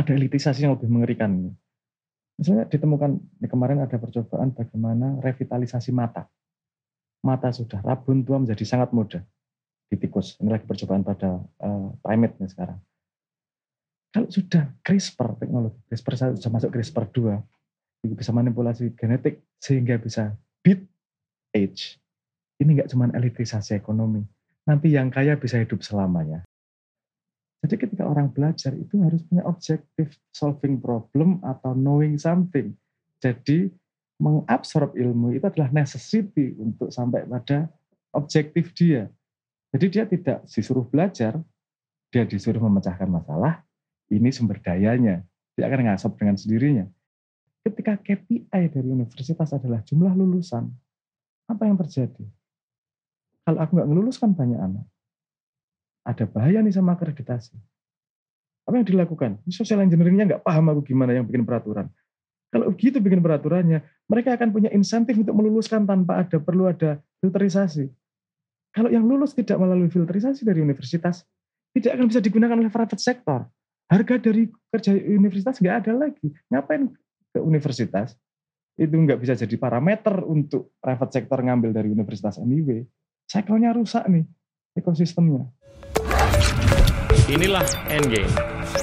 ada elitisasi yang lebih mengerikan. Misalnya ditemukan, kemarin ada percobaan bagaimana revitalisasi mata. Mata sudah rabun tua menjadi sangat muda di tikus. Ini lagi percobaan pada primate nih sekarang. Kalau sudah CRISPR, teknologi CRISPR sudah masuk CRISPR 2, bisa manipulasi genetik sehingga bisa beat age. Ini nggak cuma elitisasi ekonomi. Nanti yang kaya bisa hidup selamanya. Jadi ketika orang belajar itu harus punya objektif solving problem atau knowing something. Jadi mengabsorb ilmu itu adalah necessity untuk sampai pada objektif dia. Jadi dia tidak disuruh belajar, dia disuruh memecahkan masalah, ini sumber dayanya. Dia akan ngasap dengan sendirinya. Ketika KPI dari universitas adalah jumlah lulusan, apa yang terjadi? Kalau aku nggak ngeluluskan banyak anak, ada bahaya nih sama akreditasi. Apa yang dilakukan? Social engineering-nya nggak paham aku gimana yang bikin peraturan. Kalau begitu bikin peraturannya, mereka akan punya insentif untuk meluluskan tanpa perlu ada filterisasi. Kalau yang lulus tidak melalui filterisasi dari universitas, tidak akan bisa digunakan oleh private sector. Harga dari kerja universitas nggak ada lagi. Ngapain ke universitas? Itu nggak bisa jadi parameter untuk private sector ngambil dari universitas anyway. Cycle-nya rusak nih, ekosistemnya. Inilah Endgame.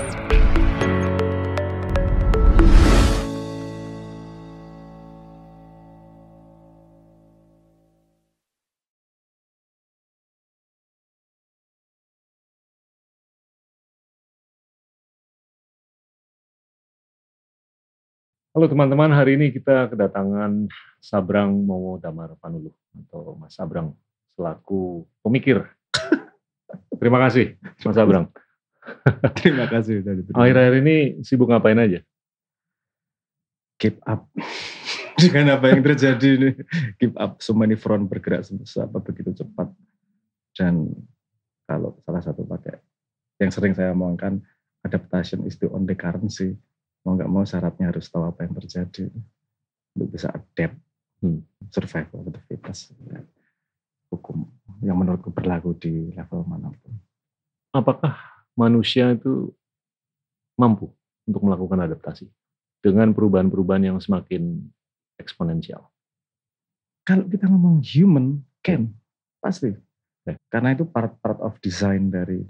Halo teman-teman, hari ini kita kedatangan Sabrang Momo Damar Panuluh atau Mas Sabrang selaku pemikir. Terima kasih Mas Sabrang. Terima kasih. Akhir-akhir ini sibuk ngapain aja? Keep up dengan apa yang terjadi ini. Keep up, so many front bergerak begitu cepat. Dan kalau salah satu pakai yang sering saya omongkan, adaptation is the only currency. Mau nggak mau syaratnya harus tahu apa yang terjadi untuk bisa adapt, survival of the fittest. Hukum yang menurutku berlaku di level manapun. Apakah manusia itu mampu untuk melakukan adaptasi dengan perubahan-perubahan yang semakin eksponensial? Kalau kita ngomong human, pasti. Karena itu part of design dari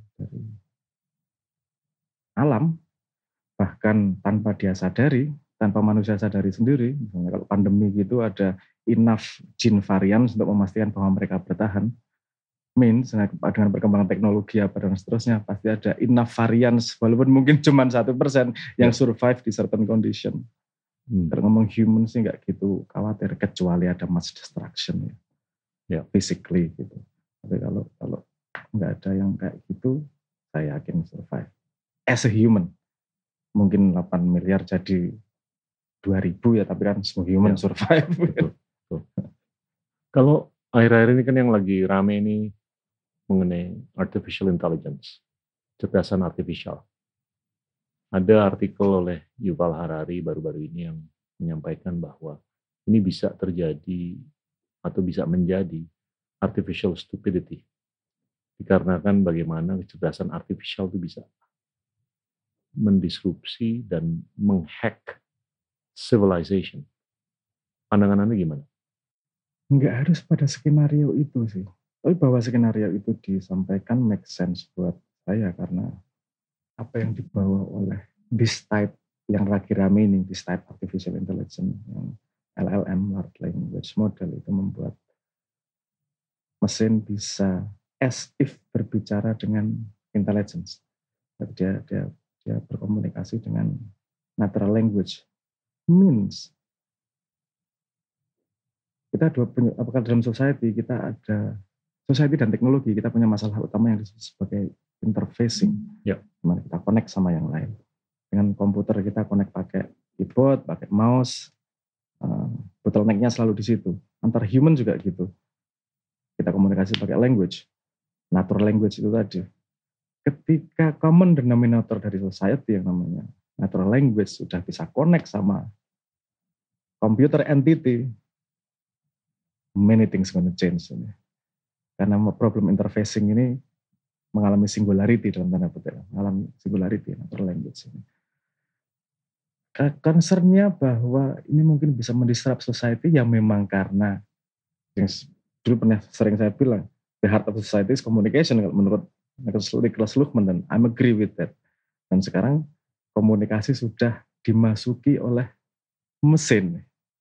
alam. Bahkan tanpa dia sadari, tanpa manusia sadari sendiri, misalnya kalau pandemi gitu ada enough gene variants untuk memastikan bahwa mereka bertahan, dengan perkembangan teknologi apa dan seterusnya, pasti ada enough variants, walaupun mungkin cuma 1% yang survive di certain condition. Kalau ngomong human sih nggak gitu khawatir, kecuali ada mass destruction physically gitu. Tapi kalau nggak ada yang kayak gitu, saya yakin survive. As a human, mungkin 8 miliar jadi 2.000 ya, tapi kan semua human survive. Betul. Kalau akhir-akhir ini kan yang lagi rame ini mengenai artificial intelligence, kecerdasan artifisial. Ada artikel oleh Yuval Harari baru-baru ini yang menyampaikan bahwa ini bisa terjadi atau bisa menjadi artificial stupidity. Dikarenakan bagaimana kecerdasan artifisial itu bisa mendisrupsi dan menghack civilization. Pandangan Anda gimana? Nggak harus pada skenario itu sih. Tapi bahwa skenario itu disampaikan make sense buat saya karena apa yang dibawa oleh this type yang lagi rame ini, this type artificial intelligence, yang LLM, large language model, itu membuat mesin bisa as if berbicara dengan intelligence. Jadi dia berkomunikasi dengan natural language. Means kita apakah dalam society kita ada society dan teknologi, kita punya masalah utama yang disebut sebagai interfacing. Dimana kita connect sama yang lain. Dengan komputer kita connect pakai keyboard, pakai mouse, bottleneck-nya selalu di situ. Antar human juga gitu. Kita komunikasi pakai language, natural language itu tadi. Ketika common denominator dari society yang namanya natural language sudah bisa connect sama computer entity, many things gonna change ini. Karena problem interfacing ini mengalami singularity dalam tanda petik, mengalami singularity natural language ini. concern-nya bahwa ini mungkin bisa mendisrupt society ya memang karena yang dulu pernah sering saya bilang, the heart of society is communication kalau menurut Niklas Luhmann, dan I'm agree with that. Dan sekarang komunikasi sudah dimasuki oleh mesin.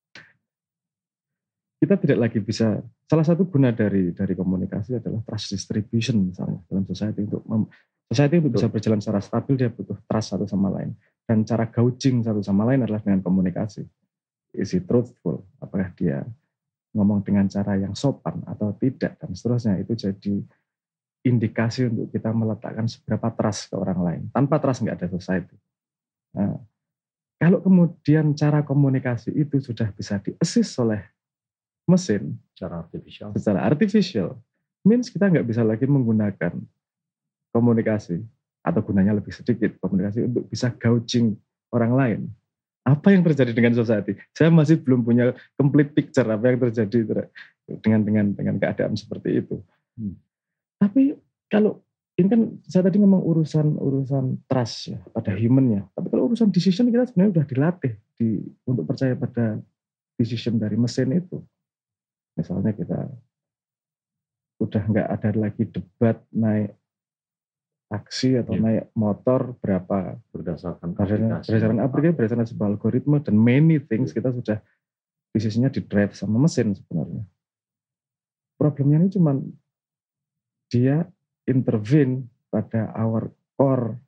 Kita tidak lagi bisa, salah satu guna dari komunikasi adalah trust distribution misalnya dalam society untuk bisa berjalan secara stabil dia butuh trust satu sama lain, dan cara gauging satu sama lain adalah dengan komunikasi. Is it truthful? Apakah dia ngomong dengan cara yang sopan atau tidak dan seterusnya. Itu jadi indikasi untuk kita meletakkan seberapa trust ke orang lain. Tanpa trust nggak ada society. Nah, kalau kemudian cara komunikasi itu sudah bisa di-assist oleh mesin secara artificial, means kita nggak bisa lagi menggunakan komunikasi, atau gunanya lebih sedikit komunikasi untuk bisa gauging orang lain. Apa yang terjadi dengan society? Saya masih belum punya complete picture apa yang terjadi dengan keadaan seperti itu. Tapi kalau ini kan saya tadi ngomong urusan trust ya pada human-nya. Tapi kalau urusan decision kita sebenarnya sudah dilatih untuk percaya pada decision dari mesin itu. Misalnya kita udah nggak ada lagi debat naik taksi atau naik motor berapa berdasarkan aplikasi, berdasarkan sebuah algoritma dan many things kita sudah bisnisnya di drive sama mesin sebenarnya. Problemnya ini cuma dia intervene pada our core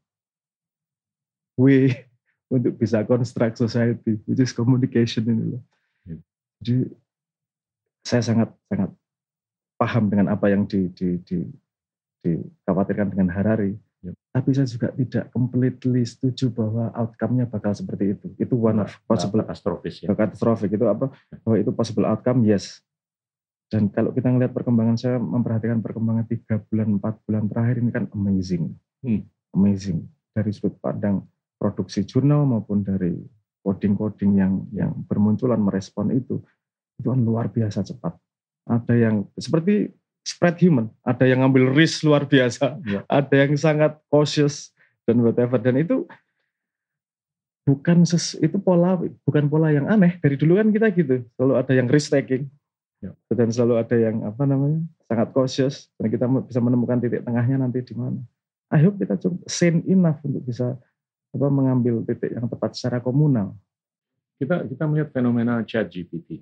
way untuk bisa construct society, which is communication ini loh. Jadi saya sangat paham dengan apa yang dikhawatirkan dengan Harari. Tapi saya juga tidak completely setuju bahwa outcome-nya bakal seperti itu. Itu one of possible catastrophic itu apa? Bahwa itu possible outcome, yes. Dan kalau kita ngelihat perkembangan, saya memperhatikan perkembangan 3 bulan, 4 bulan terakhir ini kan amazing. Amazing. Dari sudut pandang produksi jurnal maupun dari coding-coding yang bermunculan merespon itu kan luar biasa cepat. Ada yang seperti spread human, ada yang ngambil risk luar biasa, ada yang sangat cautious dan whatever, dan itu bukan pola yang aneh. Dari dulu kan kita gitu, selalu ada yang risk taking dan selalu ada yang sangat cautious, dan kita bisa menemukan titik tengahnya nanti di mana. I hope kita cukup sane enough untuk bisa mengambil titik yang tepat secara komunal. Kita melihat fenomena ChatGPT.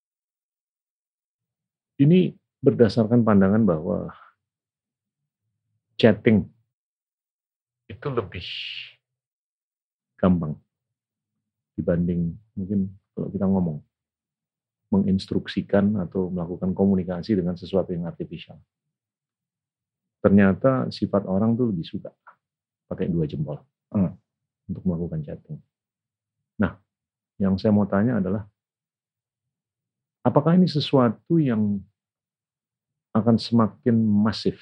Ini berdasarkan pandangan bahwa chatting itu lebih gampang dibanding mungkin kalau kita menginstruksikan atau melakukan komunikasi dengan sesuatu yang artificial. Ternyata sifat orang tuh lebih suka pakai 2 jempol untuk melakukan chatting. Nah, yang saya mau tanya adalah, apakah ini sesuatu yang akan semakin masif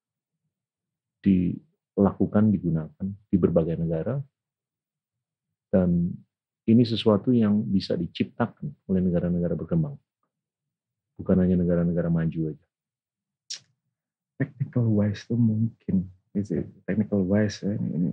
dilakukan, digunakan di berbagai negara, dan ini sesuatu yang bisa diciptakan oleh negara-negara berkembang, bukan hanya negara-negara maju aja. Technical wise itu mungkin, technical wise ini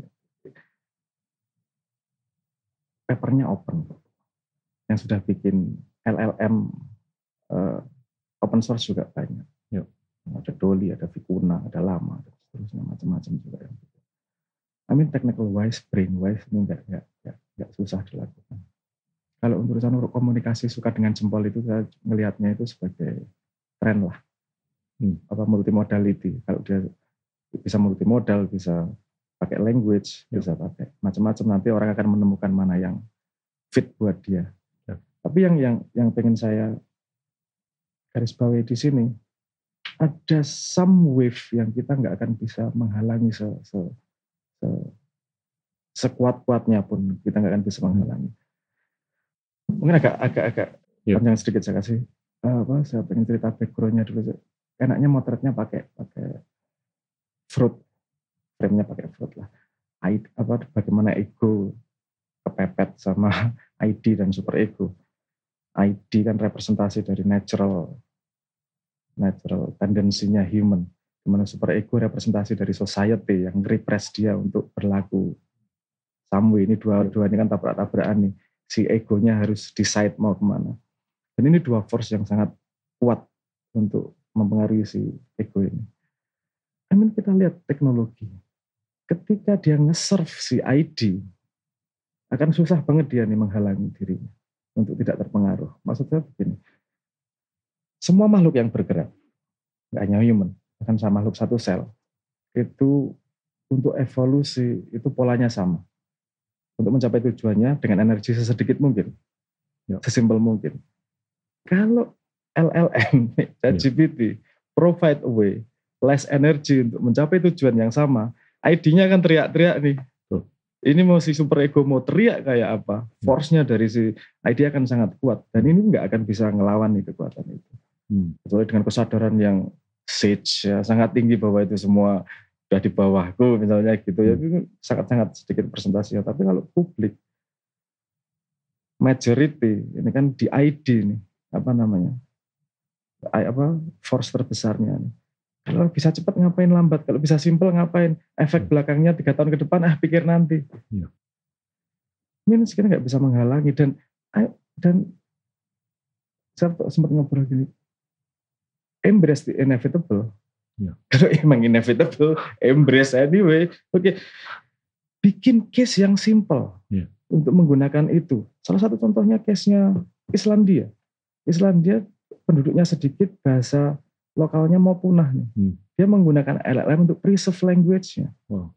papernya open, yang sudah bikin LLM open source juga banyak. Ada Dolly, ada Vicuna, ada Llama, dan seterusnya macam-macam juga. Technical wise, brain wise ini nggak susah dilakukan. Kalau untuk urusan komunikasi suka dengan jempol itu saya melihatnya itu sebagai tren lah. Multimodality. Kalau dia bisa multimodal, bisa pakai language, bisa pakai macam-macam, nanti orang akan menemukan mana yang fit buat dia. Tapi yang pengen saya garis bawahi di sini, ada some wave yang kita nggak akan bisa menghalangi sekuat-kuatnya pun kita nggak akan bisa menghalangi. Mungkin agak panjang sedikit saya kasih. Saya pengen cerita background-nya dulu. Enaknya motretnya pakai fruit, frame-nya pakai fruit lah. Bagaimana ego kepepet sama ID dan super ego. ID kan representasi dari natural tendensinya human, dimana super ego representasi dari society yang repress dia untuk berlaku Samwe ini dua-dua ini kan tabrak-tabrakan nih. Si egonya harus decide mau kemana. Dan ini dua force yang sangat kuat untuk mempengaruhi si ego ini. Kita lihat teknologi. Ketika dia nge-serve si ID, akan susah banget dia nih menghalangi dirinya untuk tidak terpengaruh. Maksudnya begini, semua makhluk yang bergerak, nggak hanya human, bahkan sama makhluk satu sel, itu untuk evolusi itu polanya sama. Untuk mencapai tujuannya dengan energi sesedikit mungkin, sesimpel mungkin. Kalau LLM, ChatGPT, provide a way, less energy untuk mencapai tujuan yang sama, ID-nya kan teriak-teriak nih. Ini mau si super ego mau teriak kayak apa, force-nya dari si ID akan sangat kuat. Dan ini nggak akan bisa ngelawan nih kekuatan itu. Kecuali dengan kesadaran yang sage, ya, sangat tinggi bahwa itu semua sudah di bawahku misalnya gitu ya, itu sangat-sangat sedikit presentasinya. Tapi kalau publik majority ini kan di ID nih, force terbesarnya nih. Kalau bisa cepat ngapain lambat, kalau bisa simple ngapain, efek belakangnya 3 tahun ke depan pikir nanti. Minus kita nggak bisa menghalangi dan saya sempat ngobrol gini, embrace the inevitable. Kalau emang inevitable, embrace anyway. Oke. Bikin case yang simple untuk menggunakan itu. Salah satu contohnya case-nya Islandia. Islandia penduduknya sedikit, bahasa lokalnya mau punah nih. Dia menggunakan LLM untuk preserve language-nya.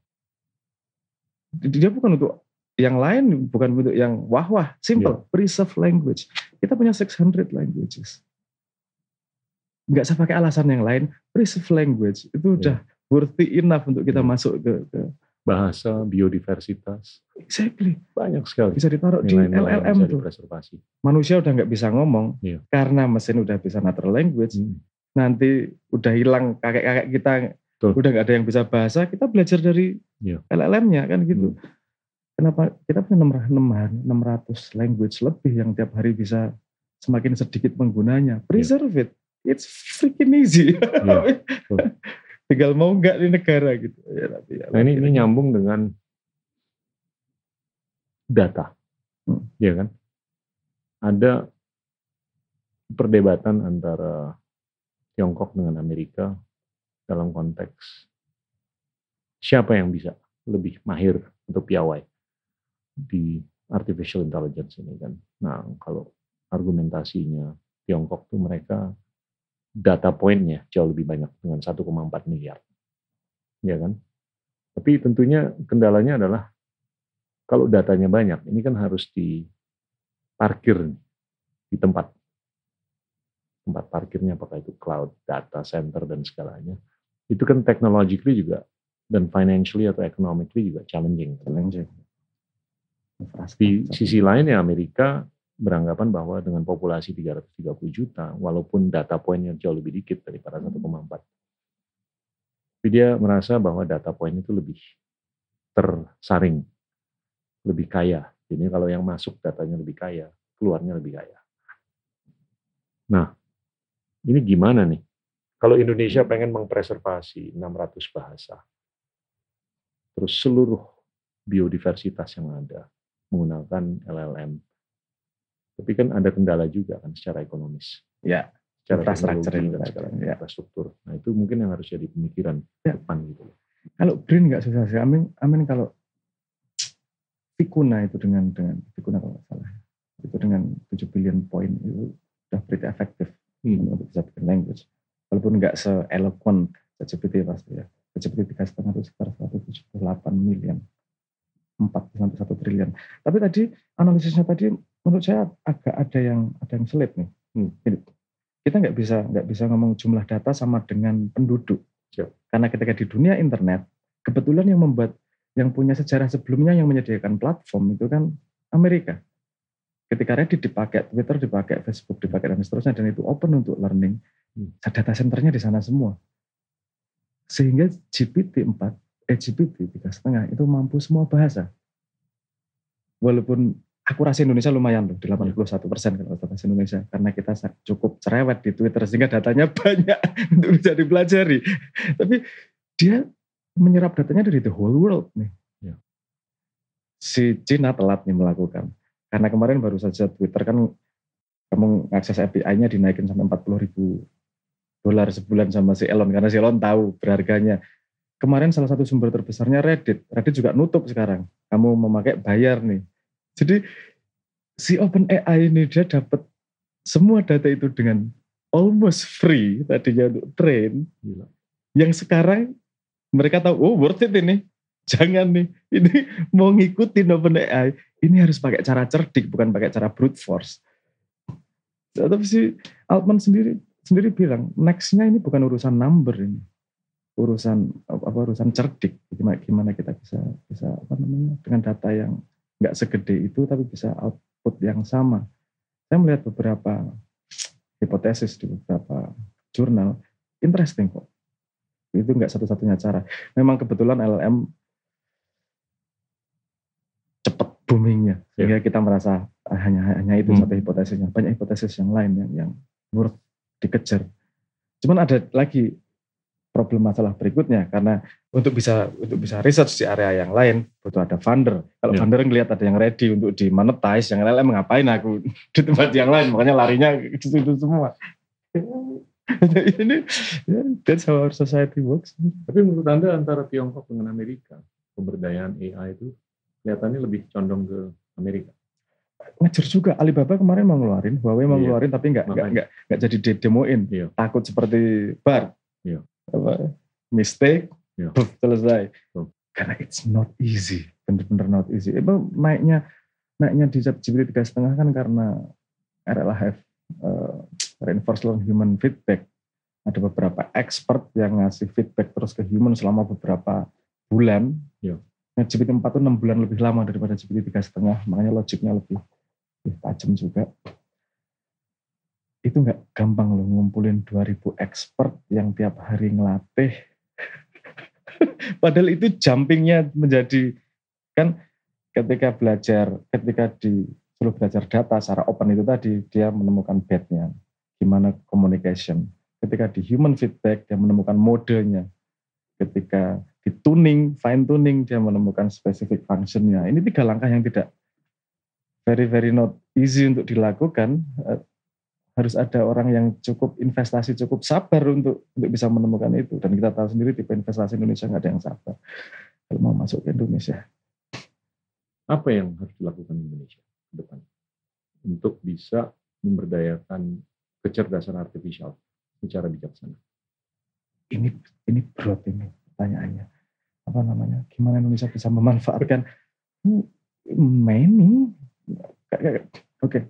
Dia bukan untuk yang lain, bukan untuk yang wah-wah, simple, preserve language. Kita punya 600 languages. Nggak usah pakai alasan yang lain, preserve language itu udah worthy enough untuk kita masuk ke bahasa, biodiversitas. Exactly. Banyak sekali. Bisa ditaruh di LLM tuh. Manusia udah nggak bisa ngomong karena mesin udah bisa natural language. Nanti udah hilang kakek-kakek kita, udah nggak ada yang bisa bahasa, kita belajar dari LLM-nya kan gitu. Kenapa kita punya 600 language lebih yang tiap hari bisa semakin sedikit penggunanya. Preserve it. It's freaking easy. Tinggal mau nggak di negara gitu. Nah ini nyambung dengan data, ya kan? Ada perdebatan antara Tiongkok dengan Amerika dalam konteks siapa yang bisa lebih mahir atau piawai di artificial intelligence ini kan. Nah kalau argumentasinya Tiongkok tuh mereka data poinnya jauh lebih banyak dengan 1,4 miliar, ya kan? Tapi tentunya kendalanya adalah kalau datanya banyak, ini kan harus diparkir di tempat parkirnya, apakah itu cloud, data center dan segalanya. Itu kan technologically juga dan financially atau economically juga challenging. Di sisi lain ya Amerika beranggapan bahwa dengan populasi 330 juta, walaupun data poinnya jauh lebih dikit daripada 1,4, tapi dia merasa bahwa data poin itu lebih tersaring, lebih kaya. Jadi kalau yang masuk datanya lebih kaya, keluarnya lebih kaya. Nah, ini gimana nih? Kalau Indonesia pengen mengpreservasi 600 bahasa, terus seluruh biodiversitas yang ada menggunakan LLM, tapi kan ada kendala juga kan secara ekonomis. Ya, secara teknologi dan segala infrastruktur. Nah itu mungkin yang harus jadi pemikiran depan gitu. Kalau BRIN nggak susah sih. Amin kalau Vicuna itu dengan Vicuna kalau nggak salah, itu dengan 7 billion point itu sudah pretty efektif untuk bisa bikin language. Walaupun nggak se-eloquent ChatGPT pasti ya. ChatGPT 3,5 itu sekitar 178 million. 4,1 triliun. Tapi tadi analisisnya tadi menurut saya agak ada yang selip nih. Kita nggak bisa ngomong jumlah data sama dengan penduduk. Karena ketika di dunia internet, kebetulan yang punya sejarah sebelumnya yang menyediakan platform itu kan Amerika. Ketika Reddit dipakai, Twitter dipakai, Facebook dipakai dan seterusnya, dan itu open untuk learning, data centernya di sana semua. Sehingga GPT 3,5 itu mampu semua bahasa. Walaupun akurasi Indonesia lumayan loh, di 81% kalau bahasa Indonesia, karena kita cukup cerewet di Twitter sehingga datanya banyak untuk bisa dipelajari. Tapi dia menyerap datanya dari the whole world nih. si Cina telat nih melakukan. Karena kemarin baru saja Twitter kan kamu ngakses API-nya dinaikin sampai $40.000 sebulan sama si Elon, karena si Elon tahu berharganya. Kemarin salah satu sumber terbesarnya Reddit juga nutup sekarang. Kamu memakai bayar nih. Jadi si OpenAI ini dia dapat semua data itu dengan almost free tadinya untuk train. Gila. Yang sekarang mereka tahu, oh worth it ini. Jangan nih, ini mau ngikutin OpenAI, ini harus pakai cara cerdik, bukan pakai cara brute force. Tapi si Altman sendiri bilang, nextnya ini bukan urusan number ini, urusan cerdik. Gimana kita bisa dengan data yang nggak segede itu, tapi bisa output yang sama. Saya melihat beberapa hipotesis di beberapa jurnal, interesting kok. Itu nggak satu-satunya cara. Memang kebetulan LLM cepat boomingnya, sehingga kita merasa hanya itu satu hipotesisnya. Banyak hipotesis yang lain yang worth dikejar. Cuman ada lagi problem masalah berikutnya, karena untuk bisa research di area yang lain butuh ada funder. Kalau funder ngelihat ada yang ready untuk di monetize, yang LLM ngapain aku di tempat yang lain, makanya larinya ke situ semua. Ini that's how our society works. Tapi menurut Anda antara Tiongkok dengan Amerika, pemberdayaan AI itu kelihatannya lebih condong ke Amerika? Ngejar juga. Alibaba kemarin mau ngeluarin, Huawei mau ngeluarin, tapi nggak jadi demoin. Takut seperti Bar. Mistake, selesai. Karena it's not easy, bener-bener not easy. Naiknya di GPT 3,5 kan karena RLHF, reinforced learned human feedback. Ada beberapa expert yang ngasih feedback terus ke human selama beberapa bulan. GPT 4 itu 6 bulan lebih lama daripada GPT 3,5, makanya logiknya lebih tajam juga. Itu nggak gampang loh ngumpulin 2.000 expert yang tiap hari ngelatih. Padahal itu jumpingnya menjadi, kan ketika disuruh belajar data secara open itu tadi, dia menemukan bad-nya, gimana communication. Ketika di human feedback, dia menemukan modenya. Ketika di tuning, fine tuning, dia menemukan specific functionnya. Ini 3 langkah yang tidak very not easy untuk dilakukan. Harus ada orang yang cukup investasi, cukup sabar untuk bisa menemukan itu. Dan kita tahu sendiri tipe investasi Indonesia nggak ada yang sabar kalau mau masuk ke Indonesia. Apa yang harus dilakukan Indonesia ke depan untuk bisa memberdayakan kecerdasan artifisial secara bijaksana? Ini broad ini pertanyaannya. Gimana Indonesia bisa memanfaatkan many? Oke.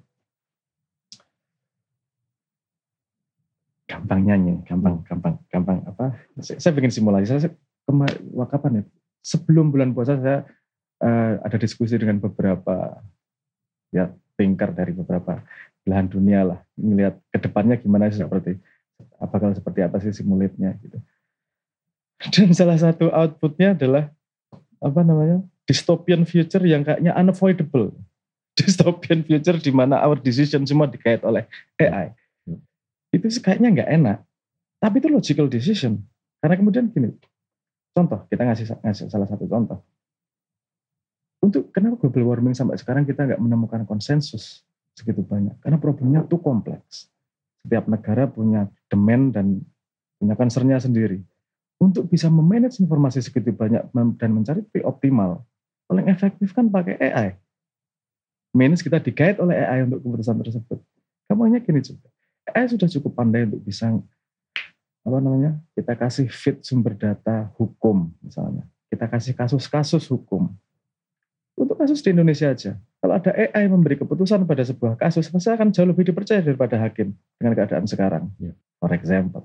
Gampang apa? Saya bikin simulasi. Kapan ya? Sebelum bulan puasa saya ada diskusi dengan beberapa thinker dari beberapa belahan dunia lah, melihat kedepannya gimana sih, bakal seperti apa sih simulate-nya gitu. Dan salah satu outputnya adalah dystopian future yang kayaknya unavoidable. Dystopian future di mana our decision semua dikait oleh AI. Itu kayaknya nggak enak, tapi itu logical decision. Karena kemudian gini, contoh, kita ngasih salah satu contoh. Untuk kenapa global warming sampai sekarang kita nggak menemukan konsensus segitu banyak? Karena problemnya tuh kompleks. Setiap negara punya demand dan punya concern-nya sendiri. Untuk bisa memanage informasi segitu banyak dan mencari optimal, paling efektif kan pakai AI. Means kita digait oleh AI untuk keputusan tersebut. Kamu hanya gini juga. AI sudah cukup pandai untuk bisa kita kasih feed sumber data hukum misalnya. Kita kasih kasus-kasus hukum. Untuk kasus di Indonesia aja. Kalau ada AI memberi keputusan pada sebuah kasus, pasti akan jauh lebih dipercaya daripada hakim dengan keadaan sekarang. For example.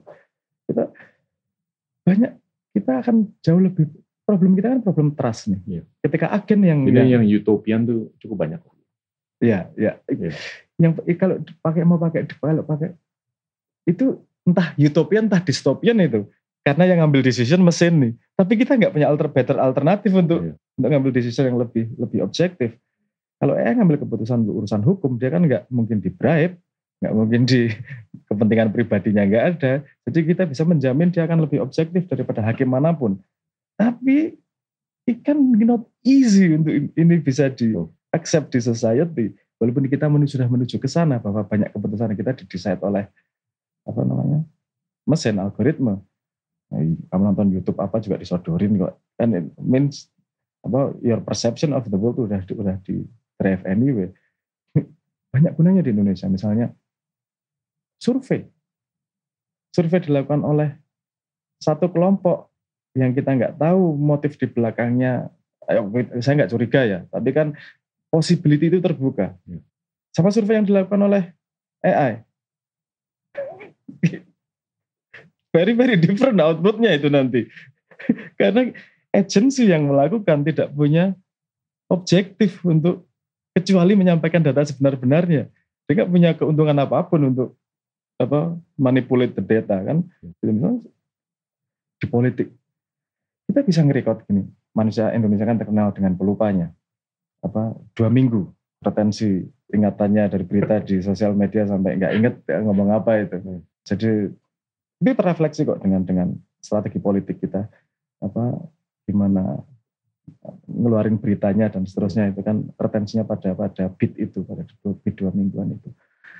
Kita akan jauh lebih, problem kita kan problem trust nih. Ketika agen yang utopian tuh cukup banyak. Iya. Yang kalau pakai itu entah utopian entah dystopian itu, karena yang ngambil decision mesin nih. Tapi kita nggak punya alternatif untuk ngambil decision yang lebih objektif. Kalau AI ngambil keputusan untuk urusan hukum, dia kan nggak mungkin di bribe, nggak mungkin di kepentingan pribadinya nggak ada. Jadi kita bisa menjamin dia akan lebih objektif daripada hakim manapun. Tapi it can not easy untuk ini bisa di accept di society. Walaupun kita sudah menuju ke sana bahwa banyak keputusan kita di-decide oleh mesin algoritma. Kamu nonton YouTube apa juga disodorin kok. And it means your perception of the world udah di drive anyway. Banyak gunanya di Indonesia. Misalnya survei dilakukan oleh satu kelompok yang kita nggak tahu motif di belakangnya. Saya nggak curiga ya, tapi kan possibility itu terbuka. Sama survei yang dilakukan oleh AI. Very very different outputnya itu nanti. Karena agensi yang melakukan tidak punya objektif untuk kecuali menyampaikan data sebenar-benarnya. Dia nggak punya keuntungan apapun untuk manipulate the data kan. Misalnya di politik kita bisa ngerekod gini. Manusia Indonesia kan terkenal dengan pelupanya. 2 minggu retensi ingatannya dari berita di sosial media sampai nggak inget ngomong apa itu. Jadi ini terrefleksi kok dengan strategi politik kita, gimana ngeluarin beritanya dan seterusnya itu kan retensinya pada beat itu, pada beat 2 mingguan itu.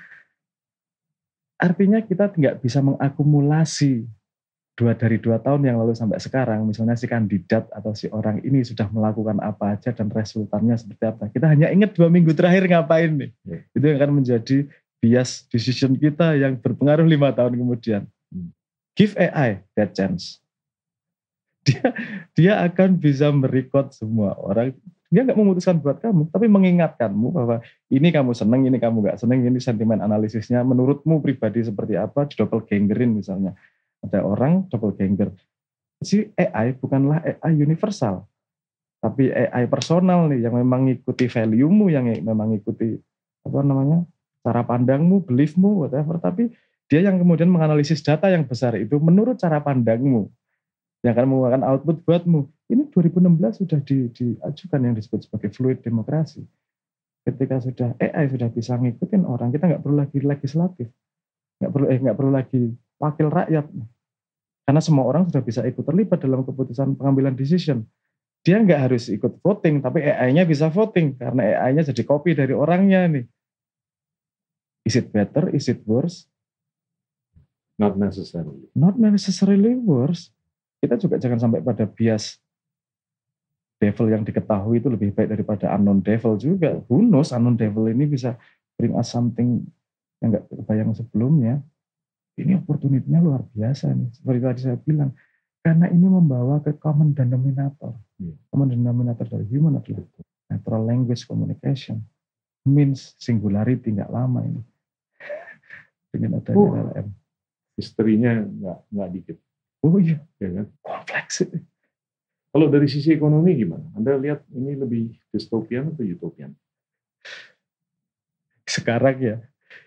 Artinya kita nggak bisa mengakumulasi dari 2 tahun yang lalu sampai sekarang, misalnya si kandidat atau si orang ini sudah melakukan apa aja dan resultannya seperti apa. Kita hanya ingat 2 minggu terakhir ngapain nih. Itu yang akan menjadi bias decision kita yang berpengaruh 5 tahun kemudian. Give AI that chance. Dia akan bisa merecord semua orang. Dia nggak memutuskan buat kamu, tapi mengingatkanmu bahwa ini kamu seneng, ini kamu nggak seneng, ini sentimen analisisnya menurutmu pribadi seperti apa, di doppelgangerin misalnya. Ada orang doppelganger. Si AI bukanlah AI universal, tapi AI personal nih yang memang ngikuti value-mu, yang memang ngikuti cara pandangmu, belief-mu, whatever. Tapi dia yang kemudian menganalisis data yang besar itu menurut cara pandangmu, yang akan mengeluarkan output buatmu. Ini 2016 sudah diajukan yang disebut sebagai fluid demokrasi. Ketika sudah AI sudah bisa ngikutin orang, kita nggak perlu lagi legislatif, nggak perlu lagi wakil rakyat, karena semua orang sudah bisa ikut terlibat dalam keputusan pengambilan decision. Dia nggak harus ikut voting, tapi AI-nya bisa voting karena AI-nya jadi copy dari orangnya nih. Is it better? Is it worse? Not necessarily. Not necessarily worse. Kita juga jangan sampai pada bias devil yang diketahui itu lebih baik daripada unknown devil juga. Who knows, unknown devil ini bisa bring us something yang gak terbayang sebelumnya. Ini opportunity-nya luar biasa nih. Seperti tadi saya bilang. Karena ini membawa ke common denominator. Common denominator dari human adalah natural language communication. Means singularity, gak lama ini. Dengan adanya LLM. Historinya nggak dikit. Oh iya, ya kan? Kompleks. Kalau dari sisi ekonomi gimana? Anda lihat ini lebih dystopian atau utopian? Sekarang ya,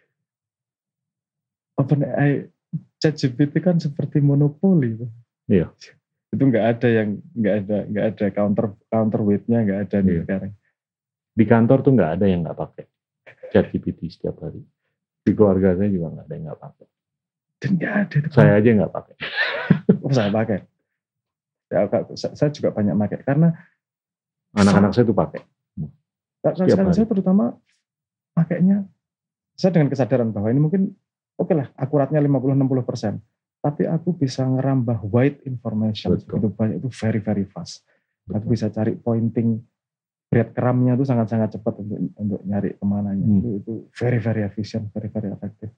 OpenAI, ChatGPT kan seperti monopoli. Iya. Itu nggak ada counterweight-nya nggak ada nih sekarang. Di kantor tuh nggak ada yang nggak pakai ChatGPT setiap hari. Di keluarga saya juga nggak ada yang nggak pakai. Dan nggak ada. Saya aja nggak pakai. Saya pakai. Ya, saya juga banyak pakai karena anak-anak saya tuh pakai. Sekarang saya terutama pakainya, saya dengan kesadaran bahwa ini mungkin oke lah akuratnya 50-60%, tapi aku bisa ngerambah wide information begitu banyak, itu very very fast. Betul. Aku bisa cari pointing breadcrumb-nya itu sangat-sangat cepat untuk nyari kemananya. Itu very very efficient, very very effective.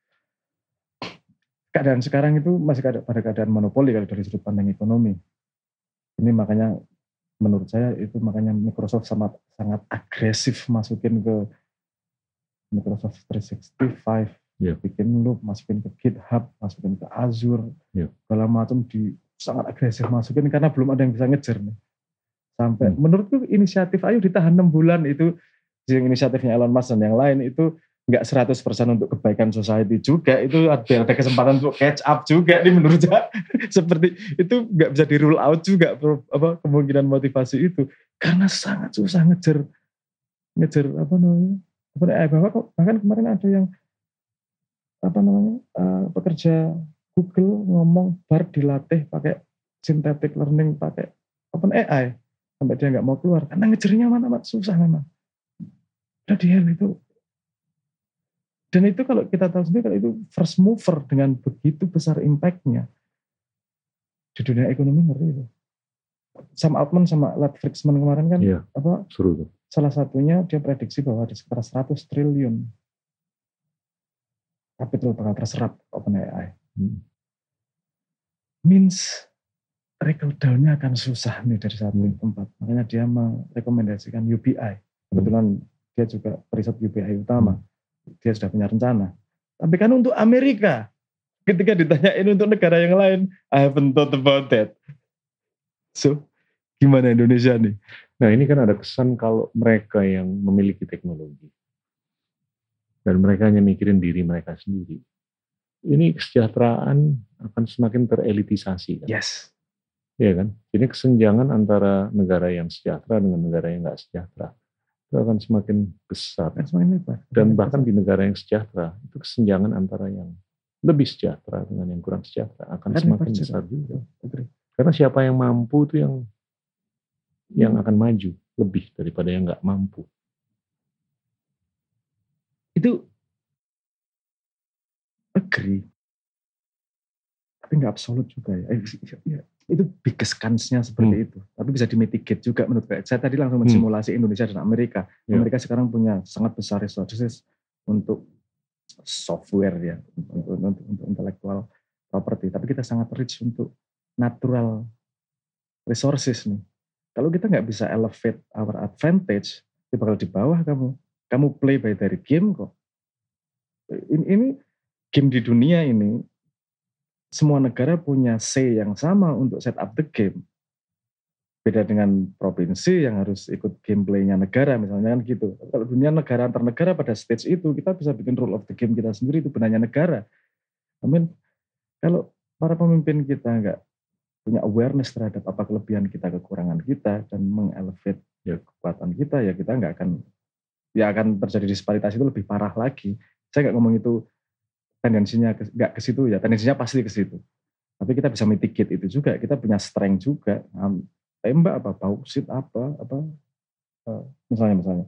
Keadaan sekarang itu masih pada keadaan monopoli kalau dari sudut pandang ekonomi. Ini makanya menurut saya itu makanya Microsoft sangat agresif masukin ke Microsoft 365, bikin loop, masukin ke GitHub, masukin ke Azure, segala macam sangat agresif masukin karena belum ada yang bisa ngejar nih. Sampai menurutku inisiatif ayo ditahan 6 bulan itu, inisiatifnya Elon Musk dan yang lain itu nggak 100% untuk kebaikan society juga, itu ada kesempatan untuk catch up juga nih menurut saya. Seperti itu nggak bisa di rule out juga kemungkinan motivasi itu karena sangat susah ngejar bahkan kemarin ada yang pekerja Google ngomong Bard dilatih pakai synthetic learning, pakai OpenAI. sampai dia nggak mau keluar karena ngejarnya amat susah memang. Bloody hell itu. Dan itu kalau kita tahu sendiri, kalau itu first mover dengan begitu besar impact-nya di dunia ekonomi, ngeri itu. Sam Altman sama Lat Friedman kemarin kan seru tuh. Salah satunya dia prediksi bahwa ada sekitar 100 triliun capital bakal terserap OpenAI. Means trickle down-nya akan susah nih dari satu tempat. Makanya dia merekomendasikan UBI. Kebetulan dia juga periset UBI utama. Dia sudah punya rencana. Tapi kan untuk Amerika, ketika ditanyain untuk negara yang lain, I haven't thought about that. So, gimana Indonesia nih? Nah ini kan ada kesan kalau mereka yang memiliki teknologi dan mereka hanya mikirin diri mereka sendiri. Ini kesejahteraan akan semakin terelitisasi kan? Yes. Iya kan? Jadi kesenjangan antara negara yang sejahtera dengan negara yang nggak sejahtera itu akan semakin besar. Semakin lebar. Dan bahkan di negara yang sejahtera itu kesenjangan antara yang lebih sejahtera dengan yang kurang sejahtera akan semakin besar juga. Karena siapa yang mampu itu yang akan maju lebih daripada yang nggak mampu. Itu agree. Tapi nggak absolut juga ya. Itu biggest chance-nya seperti itu. Tapi bisa dimitigate juga menurut saya. Saya tadi langsung mensimulasi Indonesia dan Amerika. Amerika sekarang punya sangat besar resources untuk software ya, untuk intellectual property. Tapi kita sangat rich untuk natural resources nih. Kalau kita nggak bisa elevate our advantage, itu bakal di bawah kamu. Kamu play by dari game kok. Ini game di dunia ini, semua negara punya say yang sama untuk set up the game. Beda dengan provinsi yang harus ikut gameplay-nya negara, misalnya kan gitu. Kalau dunia negara antar negara pada stage itu, kita bisa bikin rule of the game kita sendiri, itu benarnya negara. Kalau para pemimpin kita nggak punya awareness terhadap apa kelebihan kita, kekurangan kita, dan mengelevate kekuatan kita, ya kita nggak akan terjadi disparitas itu lebih parah lagi. Saya nggak ngomong itu tendensinya nggak ke situ ya, tendensinya pasti ke situ. Tapi kita bisa mitigate itu juga, kita punya strength juga. Tembak apa, bauksit apa, misalnya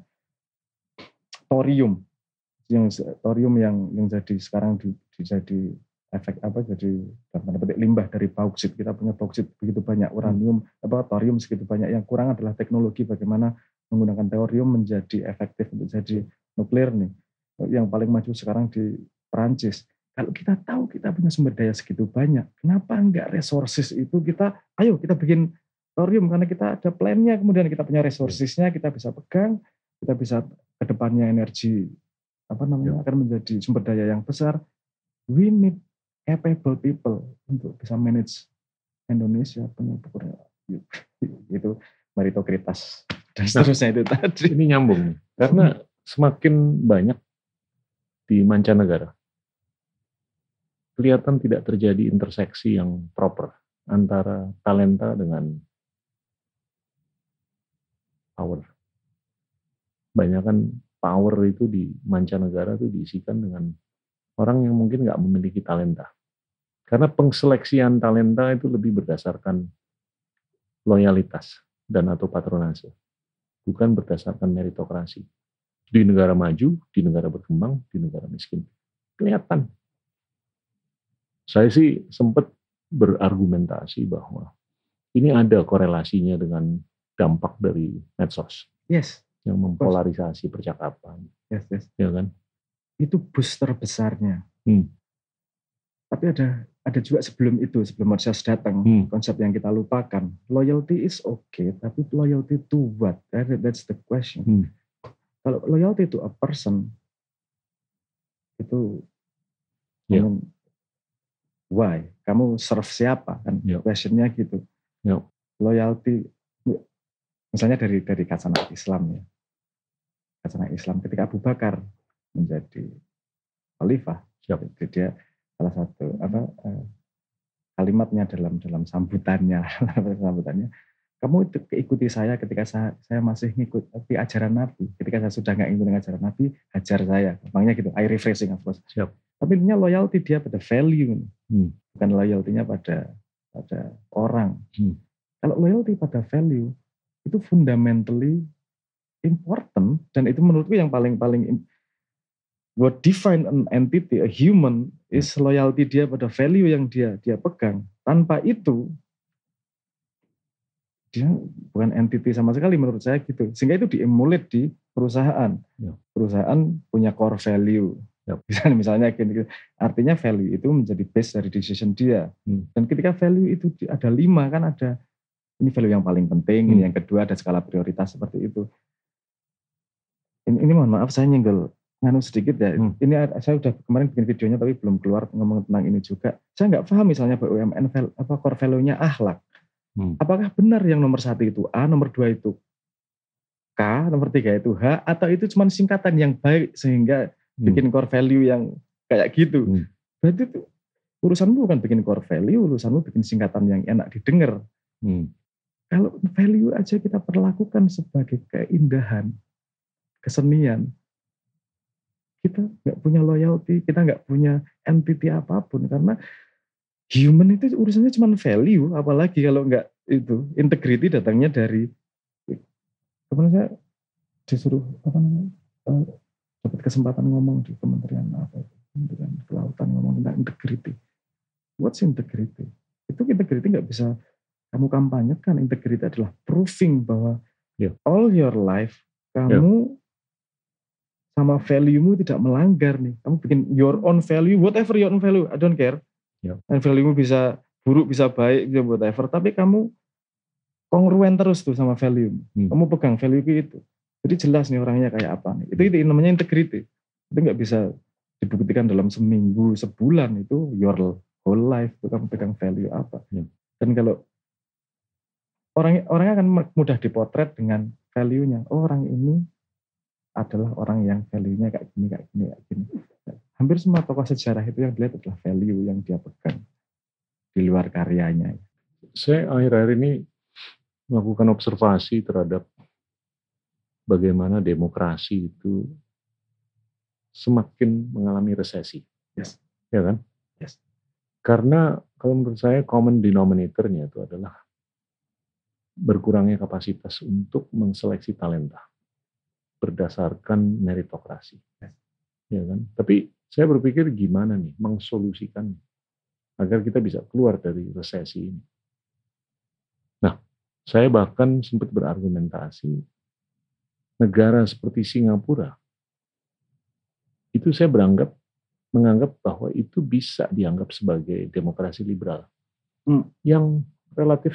thorium yang jadi sekarang jadi efek jadi limbah dari bauksit. Kita punya bauksit begitu banyak, uranium thorium segitu banyak. Yang kurang adalah teknologi bagaimana menggunakan thorium menjadi efektif untuk jadi nuklir nih. Yang paling maju sekarang di Perancis. Kalau kita tahu kita punya sumber daya segitu banyak, kenapa enggak resources itu kita bikin thorium, karena kita ada plan-nya, kemudian kita punya resources-nya, kita bisa pegang, kita bisa ke depannya energi akan menjadi sumber daya yang besar. We need capable people untuk bisa manage Indonesia itu meritokratis dan seterusnya itu tadi. Ini nyambung nih, karena semakin banyak di mancanegara kelihatan tidak terjadi interseksi yang proper antara talenta dengan power. Banyakan power itu di mancanegara itu diisikan dengan orang yang mungkin nggak memiliki talenta. Karena pengseleksian talenta itu lebih berdasarkan loyalitas dan atau patronase, bukan berdasarkan meritokrasi. Di negara maju, di negara berkembang, di negara miskin. Kelihatan. Saya sih sempat berargumentasi bahwa ini ada korelasinya dengan dampak dari medsos. Yes. Yang mempolarisasi percakapan. Yes. Ya kan? Itu booster besarnya. Tapi ada juga sebelum medsos datang, konsep yang kita lupakan. Loyalty is okay, tapi loyalty to what? That's the question. Kalau loyalty to a person, itu why? Kamu serve siapa? Kan questionnya gitu. Loyalty, misalnya dari kacamata Islam ya. Kacamata Islam ketika Abu Bakar menjadi khalifah, dia salah satu kalimatnya dalam sambutannya, kamu ikuti saya ketika saya masih ngikuti ajaran Nabi. Ketika saya sudah nggak ngikutin ajaran Nabi, hajar saya. Gampangnya gitu. I rephrasing of course. Tapi intinya loyalty dia pada value, bukan loyalty-nya pada orang. Kalau loyalty pada value, itu fundamentally important, dan itu menurutku yang paling what define an entity, a human, is loyalty dia pada value yang dia pegang. Tanpa itu dia bukan entity sama sekali menurut saya gitu. Sehingga itu diemulate di perusahaan. Perusahaan punya core value. Misalnya gini, artinya value itu menjadi base dari decision dia. Dan ketika value itu ada 5 kan, ada ini value yang paling penting, ini yang kedua, ada skala prioritas seperti itu. Ini mohon maaf saya nyenggol sedikit ya. Ini saya udah kemarin bikin videonya tapi belum keluar ngomong tentang ini juga. Saya nggak paham misalnya BUMN core value-nya akhlak. Apakah benar yang nomor 1 itu A, nomor 2 itu K, nomor 3 itu H, atau itu cuma singkatan yang baik sehingga bikin core value yang kayak gitu. Berarti itu urusanmu bukan bikin core value, urusanmu bikin singkatan yang enak didengar. Kalau value aja kita perlakukan sebagai keindahan, kesenian, kita nggak punya loyalty, kita nggak punya entity apapun, karena human itu urusannya cuma value, apalagi kalau nggak itu integrity datangnya dari, kemarin saya disuruh dapat kesempatan ngomong di Kementerian Kelautan, ngomong tentang integrity. What's integrity? Itu integrity nggak bisa kamu kampanyekan. Integrity adalah proving bahwa all your life kamu sama value-mu tidak melanggar nih. Kamu bikin your own value, whatever your own value, I don't care. Dan value-mu bisa buruk, bisa baik, bisa whatever. Tapi kamu kongruen terus tuh sama value. Kamu pegang value itu. Jadi jelas nih orangnya kayak apa nih. Itu namanya integrity. Itu nggak bisa dibuktikan dalam seminggu, sebulan. Itu your whole life. Itu kamu pegang value apa. Dan kalau orangnya akan mudah dipotret dengan value-nya. Oh, orang ini adalah orang yang value-nya kayak gini, kayak gini, kayak gini. Hampir semua tokoh sejarah itu yang dilihat adalah value yang dia pegang di luar karyanya. Saya akhir-akhir ini melakukan observasi terhadap bagaimana demokrasi itu semakin mengalami resesi. Ya kan? Karena kalau menurut saya common denominator-nya itu adalah berkurangnya kapasitas untuk menseleksi talenta berdasarkan meritokrasi. Ya kan? Tapi saya berpikir gimana nih mengsolusikan agar kita bisa keluar dari resesi ini. Nah, saya bahkan sempat berargumentasi negara seperti Singapura itu saya menganggap bahwa itu bisa dianggap sebagai demokrasi liberal yang relatif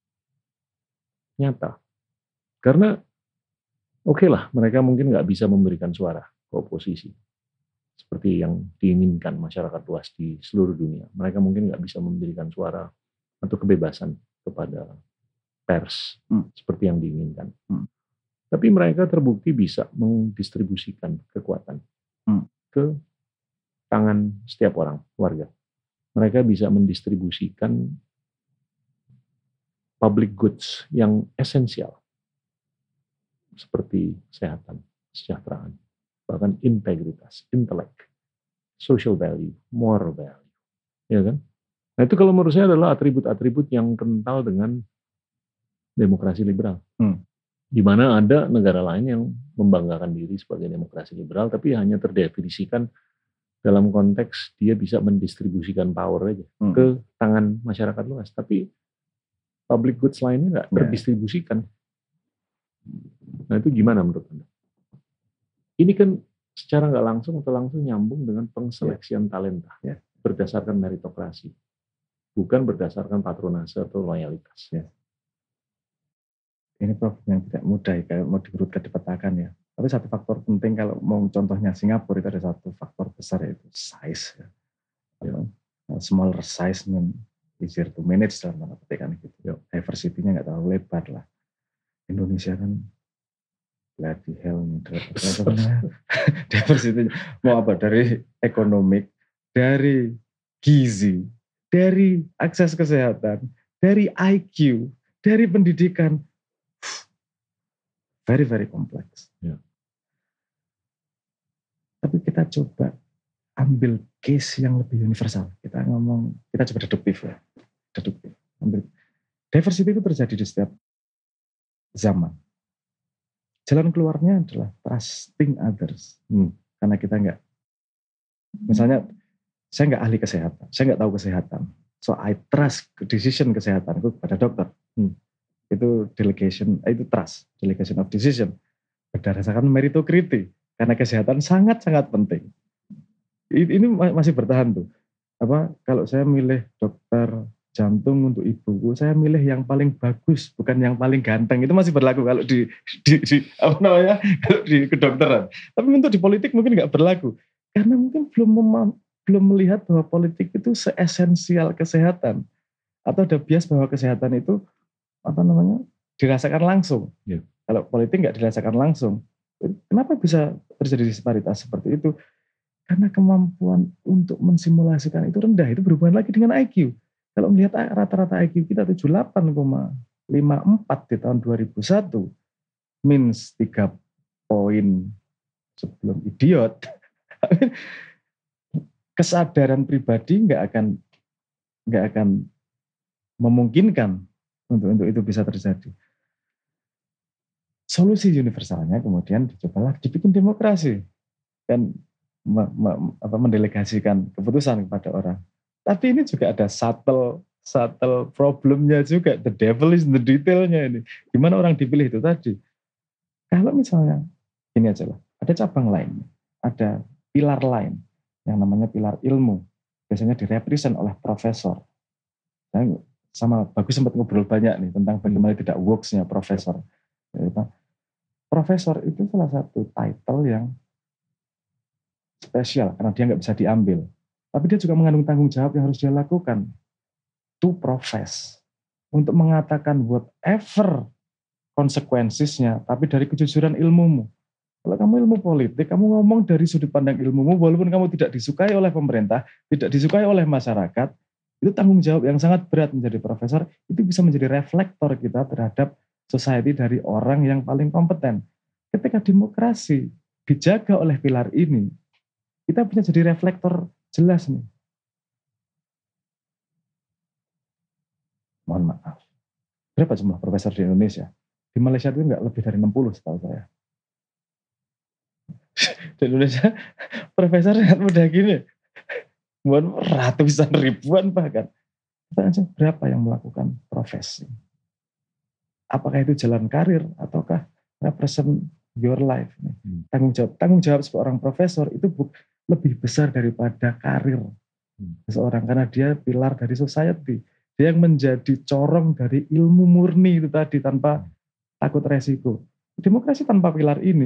nyata. Karena oke lah, mereka mungkin nggak bisa memberikan suara ke oposisi seperti yang diinginkan masyarakat luas di seluruh dunia. Mereka mungkin nggak bisa memberikan suara atau kebebasan kepada pers seperti yang diinginkan. Tapi mereka terbukti bisa mendistribusikan kekuatan ke tangan setiap orang, warga. Mereka bisa mendistribusikan public goods yang esensial seperti kesehatan, kesejahteraan, bahkan integritas, intelek, social value, moral value, ya kan? Nah itu kalau menurut saya adalah atribut-atribut yang kental dengan demokrasi liberal. Di mana ada negara lain yang membanggakan diri sebagai demokrasi liberal, tapi hanya terdefinisikan dalam konteks dia bisa mendistribusikan power aja ke tangan masyarakat luas, tapi public goods lainnya nggak terdistribusikan. Nah itu gimana menurut Anda? Ini kan secara nggak langsung atau langsung nyambung dengan pengseleksian talenta berdasarkan meritokrasi, bukan berdasarkan patronase atau loyalitas. Ini problem yang tidak mudah kalau mau diurutkan, dipetakan ya. Tapi satu faktor penting kalau mau contohnya Singapura itu ada satu faktor besar yaitu size. Smaller size mean easier to manage dalam tanda petik kan gitu. Diversity-nya nggak terlalu lebar lah. Indonesia kan bloody hell nih. Diversity mau apa, dari ekonomik, dari gizi, dari akses kesehatan, dari IQ, dari pendidikan. Very, very complex. Tapi kita coba ambil case yang lebih universal. Kita coba deduktif ya. Deduktif. Diversity itu terjadi di setiap zaman. Jalan keluarnya adalah trusting others. Karena kita nggak, misalnya saya nggak ahli kesehatan, saya nggak tahu kesehatan. So I trust decision kesehatanku kepada dokter. Itu delegation, itu trust, delegation of decision. Berdasarkan meritokrasi, karena kesehatan sangat-sangat penting. Ini masih bertahan tuh. Kalau saya milih dokter jantung untuk ibuku, saya milih yang paling bagus, bukan yang paling ganteng. Itu masih berlaku kalau di kalau di kedokteran. Tapi untuk di politik mungkin nggak berlaku, karena mungkin belum melihat bahwa politik itu seesensial kesehatan, atau ada bias bahwa kesehatan itu dirasakan langsung. Kalau politik nggak dirasakan langsung, kenapa bisa terjadi disparitas seperti itu? Karena kemampuan untuk mensimulasikan itu rendah. Itu berhubungan lagi dengan IQ. Kalau melihat rata-rata IQ kita 78,54 di tahun 2001, minus 3 poin sebelum idiot, kesadaran pribadi nggak akan memungkinkan untuk itu bisa terjadi. Solusi universalnya kemudian dicobalah dibikin demokrasi, kan mendelegasikan keputusan kepada orang. Tapi ini juga ada subtle problemnya juga. The devil is in the detailnya ini. Gimana orang dipilih itu tadi? Kalau misalnya ini aja lah, ada cabang lain, ada pilar lain yang namanya pilar ilmu. Biasanya direpresent oleh profesor. Sama Bagus sempat ngobrol banyak nih tentang bagaimana tidak works-nya profesor. Profesor itu salah satu title yang spesial karena dia nggak bisa diambil. Tapi dia juga mengandung tanggung jawab yang harus dia lakukan. To profess. Untuk mengatakan whatever konsekuensinya, tapi dari kejujuran ilmumu. Kalau kamu ilmu politik, kamu ngomong dari sudut pandang ilmumu, walaupun kamu tidak disukai oleh pemerintah, tidak disukai oleh masyarakat, itu tanggung jawab yang sangat berat menjadi profesor. Itu bisa menjadi reflektor kita terhadap society dari orang yang paling kompeten. Ketika demokrasi dijaga oleh pilar ini, kita punya jadi reflektor jelas nih. Mohon maaf. Berapa jumlah profesor di Indonesia? Di Malaysia itu nggak lebih dari 60 setahu saya. Di Indonesia profesor sangat mudah gini. Ratusan ribuan bahkan. Berapa yang melakukan profesi? Apakah itu jalan karir ataukah represent your life? Tanggung jawab seorang profesor itu lebih besar daripada karir seseorang, karena dia pilar dari society. Dia yang menjadi corong dari ilmu murni itu tadi tanpa takut resiko. Demokrasi tanpa pilar ini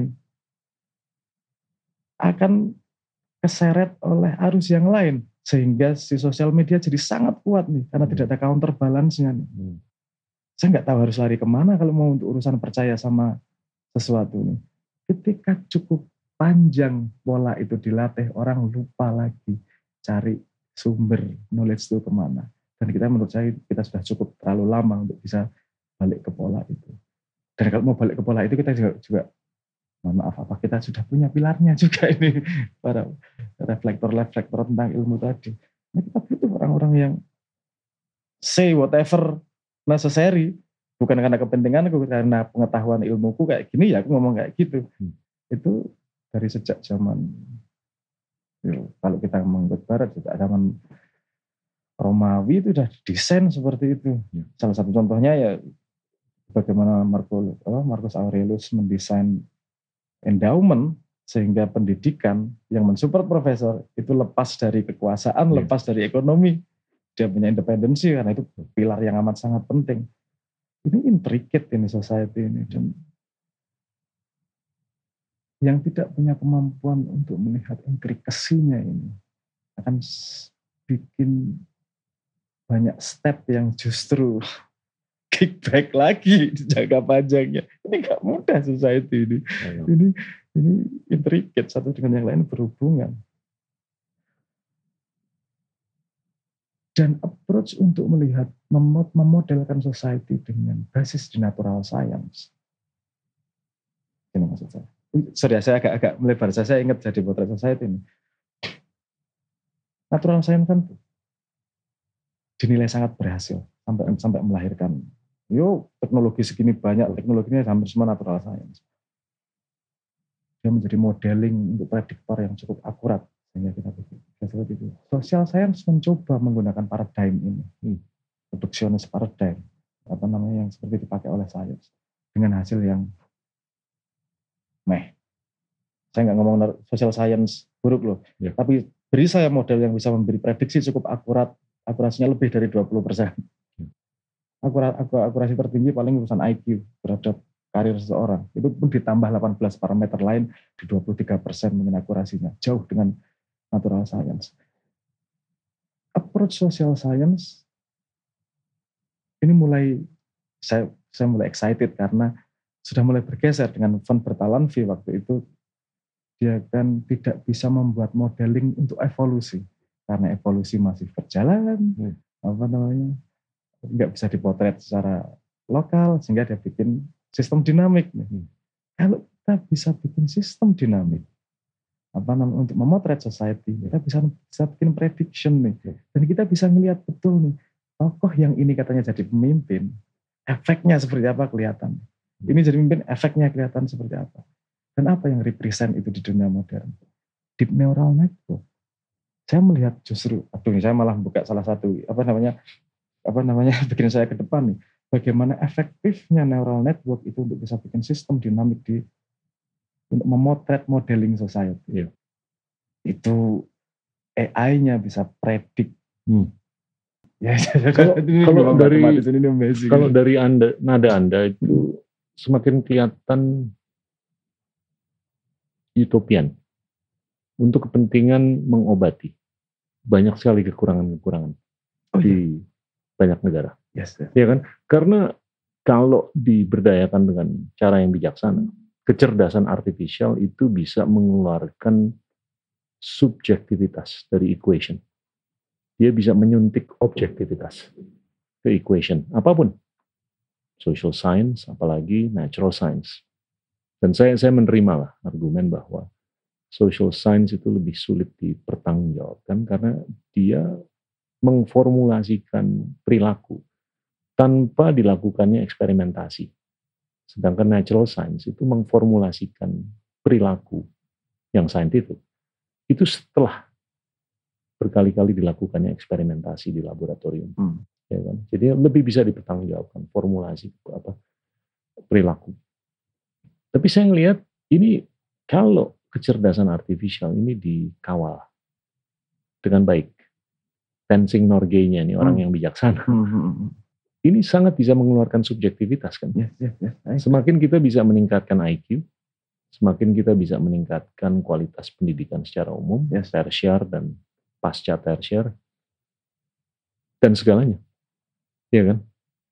akan keseret oleh arus yang lain, sehingga si sosial media jadi sangat kuat nih karena tidak ada counterbalance-nya nih. Saya nggak tahu harus lari kemana kalau mau untuk urusan percaya sama sesuatu nih. Ketika cukup panjang pola itu dilatih, orang lupa lagi cari sumber knowledge itu kemana. Dan kita menurut saya kita sudah cukup terlalu lama untuk bisa balik ke pola itu. Dan kalau mau balik ke pola itu kita juga mohon maaf, apa kita sudah punya pilarnya juga ini, para reflektor tentang ilmu tadi. Nah, kita butuh orang-orang yang say whatever necessary, bukan karena kepentinganku, karena pengetahuan ilmuku kayak gini ya aku ngomong kayak gitu. Itu dari sejak zaman, kalau kita mengikut barat, sejak zaman Romawi itu sudah desain seperti itu. Salah satu contohnya ya bagaimana Marcus Aurelius mendesain endowment sehingga pendidikan yang mensupport profesor itu lepas dari kekuasaan, lepas dari ekonomi. Dia punya independensi karena itu pilar yang amat sangat penting. Ini intricate ini society ini, dan yang tidak punya kemampuan untuk melihat intrikasinya ini akan bikin banyak step yang justru kickback lagi di jangka panjangnya. Ini gak mudah society ini. Ini intricate, satu dengan yang lain berhubungan. Dan approach untuk melihat, memodelkan society dengan basis di natural science. Ini maksud saya. Sorry, saya agak melebar. Saya ingat jadi potret society ini. Natural science kan dinilai sangat berhasil sampai melahirkan Yo, teknologi segini banyak, teknologinya hampir semua natural science. Dia menjadi modeling untuk prediktor yang cukup akurat sehingga kita pikir seperti itu. Social science mencoba menggunakan paradigm ini, reductionist paradigm, yang seperti dipakai oleh sains dengan hasil yang meh. Saya nggak ngomong social science buruk loh, tapi beri saya model yang bisa memberi prediksi cukup akurat, akurasinya lebih dari 20%. Akurasi tertinggi paling urusan IQ terhadap karir seseorang. Itu pun ditambah 18 parameter lain di 23% mungkin akurasinya. Jauh dengan natural science. Approach social science ini saya mulai excited karena sudah mulai bergeser dengan von Bertalanffy waktu itu. Dia kan tidak bisa membuat modeling untuk evolusi karena evolusi masih berjalan, nggak bisa dipotret secara lokal sehingga dia bikin sistem dinamik. Kalau kita bisa bikin sistem dinamik untuk memotret society, kita bisa bikin prediction nih, dan kita bisa melihat betul nih tokoh yang ini katanya jadi pemimpin, efeknya seperti apa kelihatan. Ini jadi pemimpin, efeknya kelihatan seperti apa. Dan apa yang represent itu di dunia modern? Deep neural network. Saya melihat justru, saya malah buka salah satu bikin saya ke depan nih. Bagaimana efektifnya neural network itu untuk bisa bikin sistem dinamik untuk memotret modeling society. Itu AI-nya bisa predik. Kalau dari nada Anda itu semakin kelihatan utopian untuk kepentingan mengobati banyak sekali kekurangan-kekurangan di banyak negara. Ya kan? Karena kalau diberdayakan dengan cara yang bijaksana, kecerdasan artifisial itu bisa mengeluarkan subjektivitas dari equation. Dia bisa menyuntik objektivitas ke equation apapun, social science, apalagi natural science. Dan saya menerima lah argumen bahwa social science itu lebih sulit dipertanggungjawabkan karena dia mengformulasikan perilaku tanpa dilakukannya eksperimentasi. Sedangkan natural science itu mengformulasikan perilaku yang saintifik itu setelah berkali-kali dilakukannya eksperimentasi di laboratorium. Ya kan? Jadi lebih bisa dipertanggungjawabkan formulasi perilaku. Tapi saya melihat ini kalau kecerdasan artifisial ini dikawal dengan baik, Tenzing Norgay-nya ini orang yang bijaksana, ini sangat bisa mengeluarkan subjektivitas kan. Semakin kita bisa meningkatkan IQ, semakin kita bisa meningkatkan kualitas pendidikan secara umum, tersier dan pasca tersier, dan segalanya, ya kan?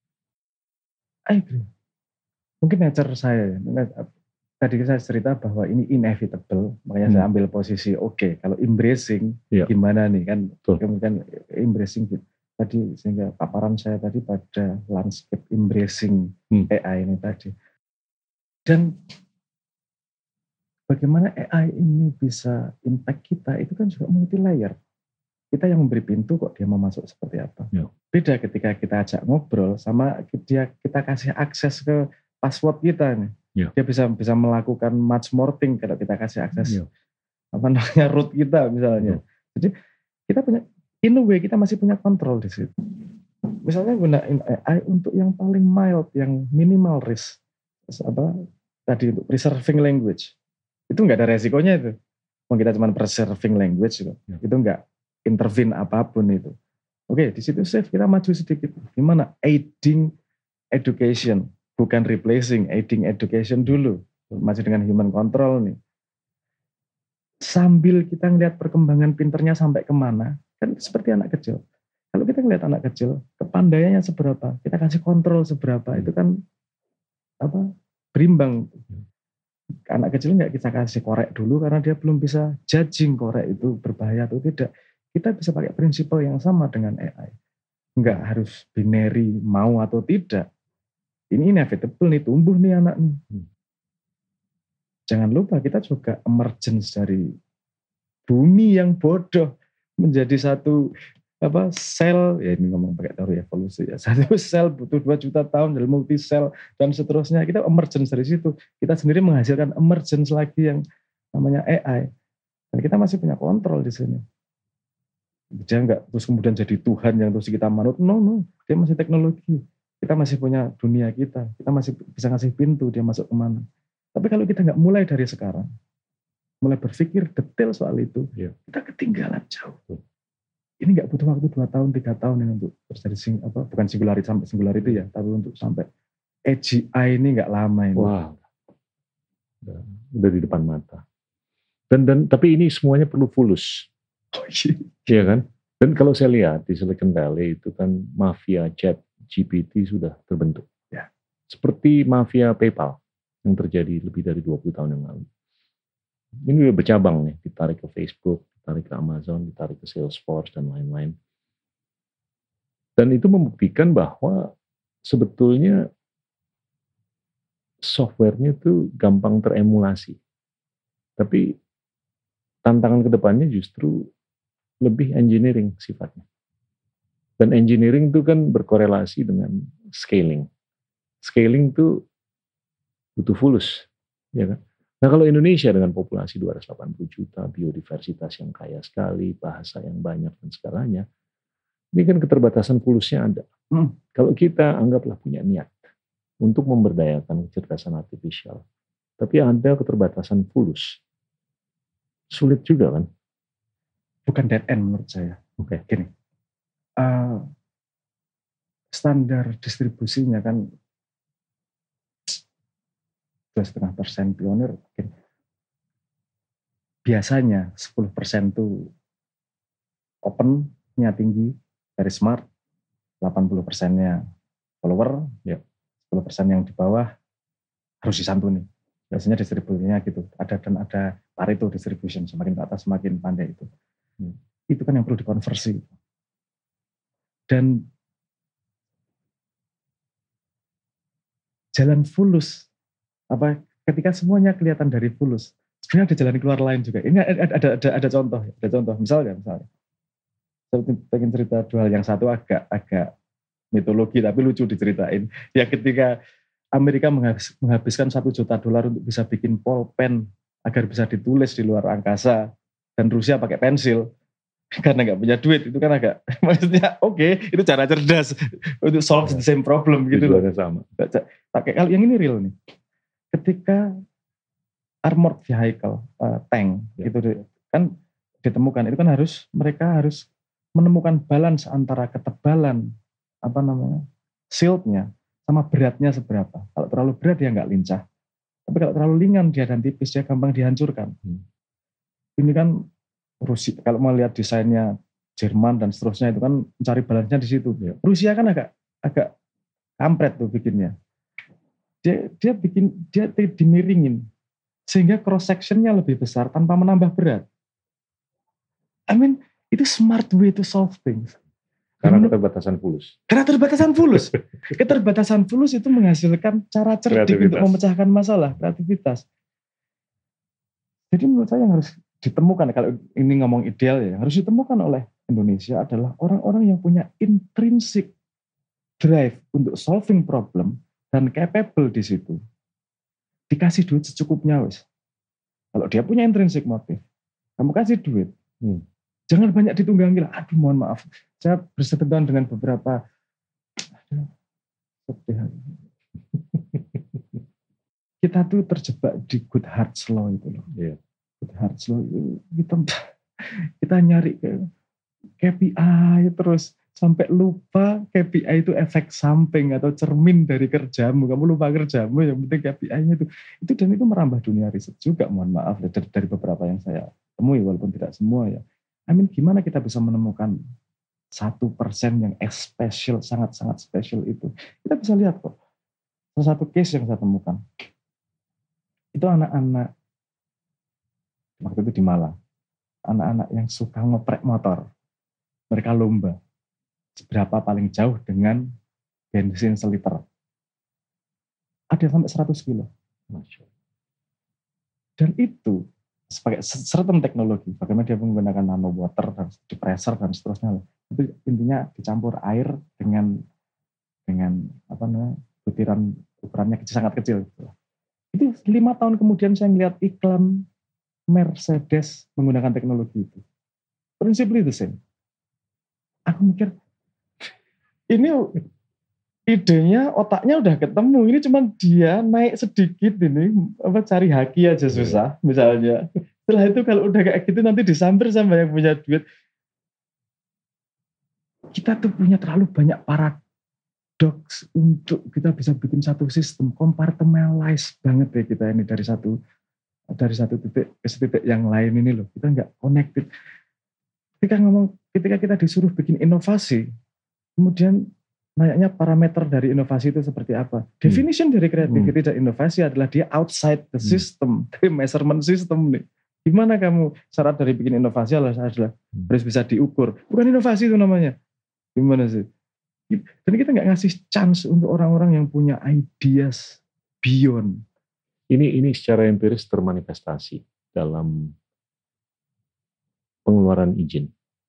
I agree. Mungkin nature saya, tadi saya cerita bahwa ini inevitable, makanya saya ambil posisi kalau embracing gimana nih kan, kemudian embracing tadi sehingga paparan saya tadi pada landscape embracing AI ini tadi. Dan bagaimana AI ini bisa impact kita itu kan juga multi layer. Kita yang memberi pintu kok dia mau masuk seperti apa. Beda ketika kita ajak ngobrol sama kita kasih akses ke password kita nih. Dia bisa melakukan much more thing kalau kita kasih akses root kita misalnya. Jadi kita punya, in a way kita masih punya kontrol di situ. Misalnya gunain AI untuk yang paling mild, yang minimal risk, tadi untuk preserving language, itu nggak ada resikonya itu. Kalau kita cuma preserving language itu nggak intervene apapun itu. Di situ safe, kita maju sedikit. Gimana? Aiding education. Bukan replacing, aiding education dulu. Masih dengan human control nih. Sambil kita ngeliat perkembangan pinternya sampai kemana, kan seperti anak kecil. Kalau kita ngeliat anak kecil, kepandaiannya seberapa, kita kasih kontrol seberapa, itu kan berimbang. Anak kecil nggak kita kasih korek dulu karena dia belum bisa judging korek itu berbahaya atau tidak. Kita bisa pakai prinsip yang sama dengan AI. Nggak harus binary, mau atau tidak. Ini inevitable nih, tumbuh nih anak nih. Jangan lupa kita juga emergence dari bumi yang bodoh menjadi satu sel, ya ini ngomong pakai teori evolusi ya, satu sel butuh 2 juta tahun dari multi sel dan seterusnya. Kita emergence dari situ. Kita sendiri menghasilkan emergence lagi yang namanya AI. Dan kita masih punya kontrol di sini. Dia enggak terus kemudian jadi Tuhan yang terus kita manut. No. Dia masih teknologi. Kita masih punya dunia kita. Kita masih bisa ngasih pintu dia masuk kemana. Tapi kalau kita nggak mulai dari sekarang, mulai berpikir detail soal itu, kita ketinggalan jauh. Ini nggak butuh waktu 2 tahun, 3 tahun ini untuk terjadi bukan singularity sampai singularity ya, tapi untuk sampai AGI ini nggak lama ini. Wah, udah di depan mata. Dan tapi ini semuanya perlu fulus. Iya kan? Dan kalau saya lihat di Silicon Valley itu kan mafia chat GPT sudah terbentuk. Ya. Seperti mafia PayPal yang terjadi lebih dari 20 tahun yang lalu. Ini udah bercabang nih, ditarik ke Facebook, ditarik ke Amazon, ditarik ke Salesforce, dan lain-lain. Dan itu membuktikan bahwa sebetulnya softwarenya itu gampang teremulasi. Tapi tantangan ke depannya justru lebih engineering sifatnya. Dan engineering itu kan berkorelasi dengan scaling. Scaling itu butuh fulus, ya kan? Nah kalau Indonesia dengan populasi 280 juta, biodiversitas yang kaya sekali, bahasa yang banyak dan segalanya, ini kan keterbatasan fulusnya ada. Kalau kita anggaplah punya niat untuk memberdayakan kecerdasan artifisial, tapi ada keterbatasan fulus, sulit juga kan? Bukan dead end menurut saya. Oke. Gini, standar distribusinya kan 2,5% pionir, biasanya 10% itu open-nya tinggi, dari smart, 80%-nya follower, 10% yang di bawah harus disantuni. Biasanya distribusinya gitu, ada Pareto distribution, semakin ke atas semakin pandai itu. Itu kan yang perlu dikonversi. Dan jalan fulus, ketika semuanya kelihatan dari fulus, sebenarnya ada jalan keluar lain juga. Ini ada contoh. Misalnya, saya pengen cerita dua hal. Yang satu agak mitologi, tapi lucu diceritain. Ya ketika Amerika menghabiskan $1 juta untuk bisa bikin pulpen agar bisa ditulis di luar angkasa, dan Rusia pakai pensil karena nggak punya duit, itu kan agak maksudnya itu cara cerdas untuk solve the same problem gitu loh. Sama. Kalau yang ini real nih, ketika armored vehicle tank itu kan ditemukan, itu kan mereka harus menemukan balance antara ketebalan shieldnya sama beratnya seberapa. Kalau terlalu berat dia nggak lincah, tapi kalau terlalu ringan dia dan tipis dia gampang dihancurkan. Ini kan Rusia, kalau mau lihat desainnya Jerman dan seterusnya, itu kan mencari balansnya di situ. Rusia kan agak kampret tuh bikinnya. Dia dimiringin sehingga cross sectionnya lebih besar tanpa menambah berat. Itu smart way to solve things. Karena keterbatasan fulus. Keterbatasan fulus itu menghasilkan cara cerdik untuk memecahkan masalah, kreativitas. Jadi menurut saya yang harus ditemukan, kalau ini ngomong ideal ya, harus ditemukan oleh Indonesia adalah orang-orang yang punya intrinsic drive untuk solving problem dan capable di situ. Dikasih duit secukupnya wis. Kalau dia punya intrinsic motif, kamu kasih duit. Jangan banyak ditunggangi lah. Aduh mohon maaf, saya bersentuhan dengan beberapa kita tuh terjebak di good heart slow itu loh. Good heart slow itu kita nyari KPI terus sampai lupa KPI itu efek samping atau cermin dari kerjamu. Kamu lupa kerjamu, yang penting KPI-nya itu dan itu merambah dunia riset juga, mohon maaf dari beberapa yang saya temui, walaupun tidak semua ya. Gimana kita bisa menemukan 1% yang special, sangat-sangat special itu. Kita bisa lihat kok. Salah satu case yang saya temukan, itu anak-anak, waktu itu di Malang, anak-anak yang suka ngoprek motor. Mereka lomba seberapa paling jauh dengan bensin seliter. Ada sampai 100 kilo. Dan itu sebagai certain teknologi, bagaimana dia menggunakan nano water dan depressor dan seterusnya. Itu intinya dicampur air dengan butiran ukurannya kecil, sangat kecil. Itu 5 tahun kemudian saya melihat iklan Mercedes menggunakan teknologi itu. Prinsipnya the same. Aku mikir, ini idenya, otaknya udah ketemu. Ini cuma dia naik sedikit ini, cari haki aja susah, misalnya. Setelah itu kalau udah kayak gitu nanti disamper sama yang punya duit. Kita tuh punya terlalu banyak paradoks untuk kita bisa bikin satu sistem, compartmentalize banget ya kita ini dari satu titik ke titik yang lain ini loh. Kita nggak connected. Ketika kita disuruh bikin inovasi, kemudian nanya parameter dari inovasi itu seperti apa? Definition dari creativity dan inovasi adalah dia outside the system, dari measurement system nih. Gimana kamu syarat dari bikin inovasi adalah harus bisa diukur. Bukan inovasi itu namanya. Gimana sih? Dan kita nggak ngasih chance untuk orang-orang yang punya ideas beyond. Ini secara empiris termanifestasi dalam pengeluaran izin.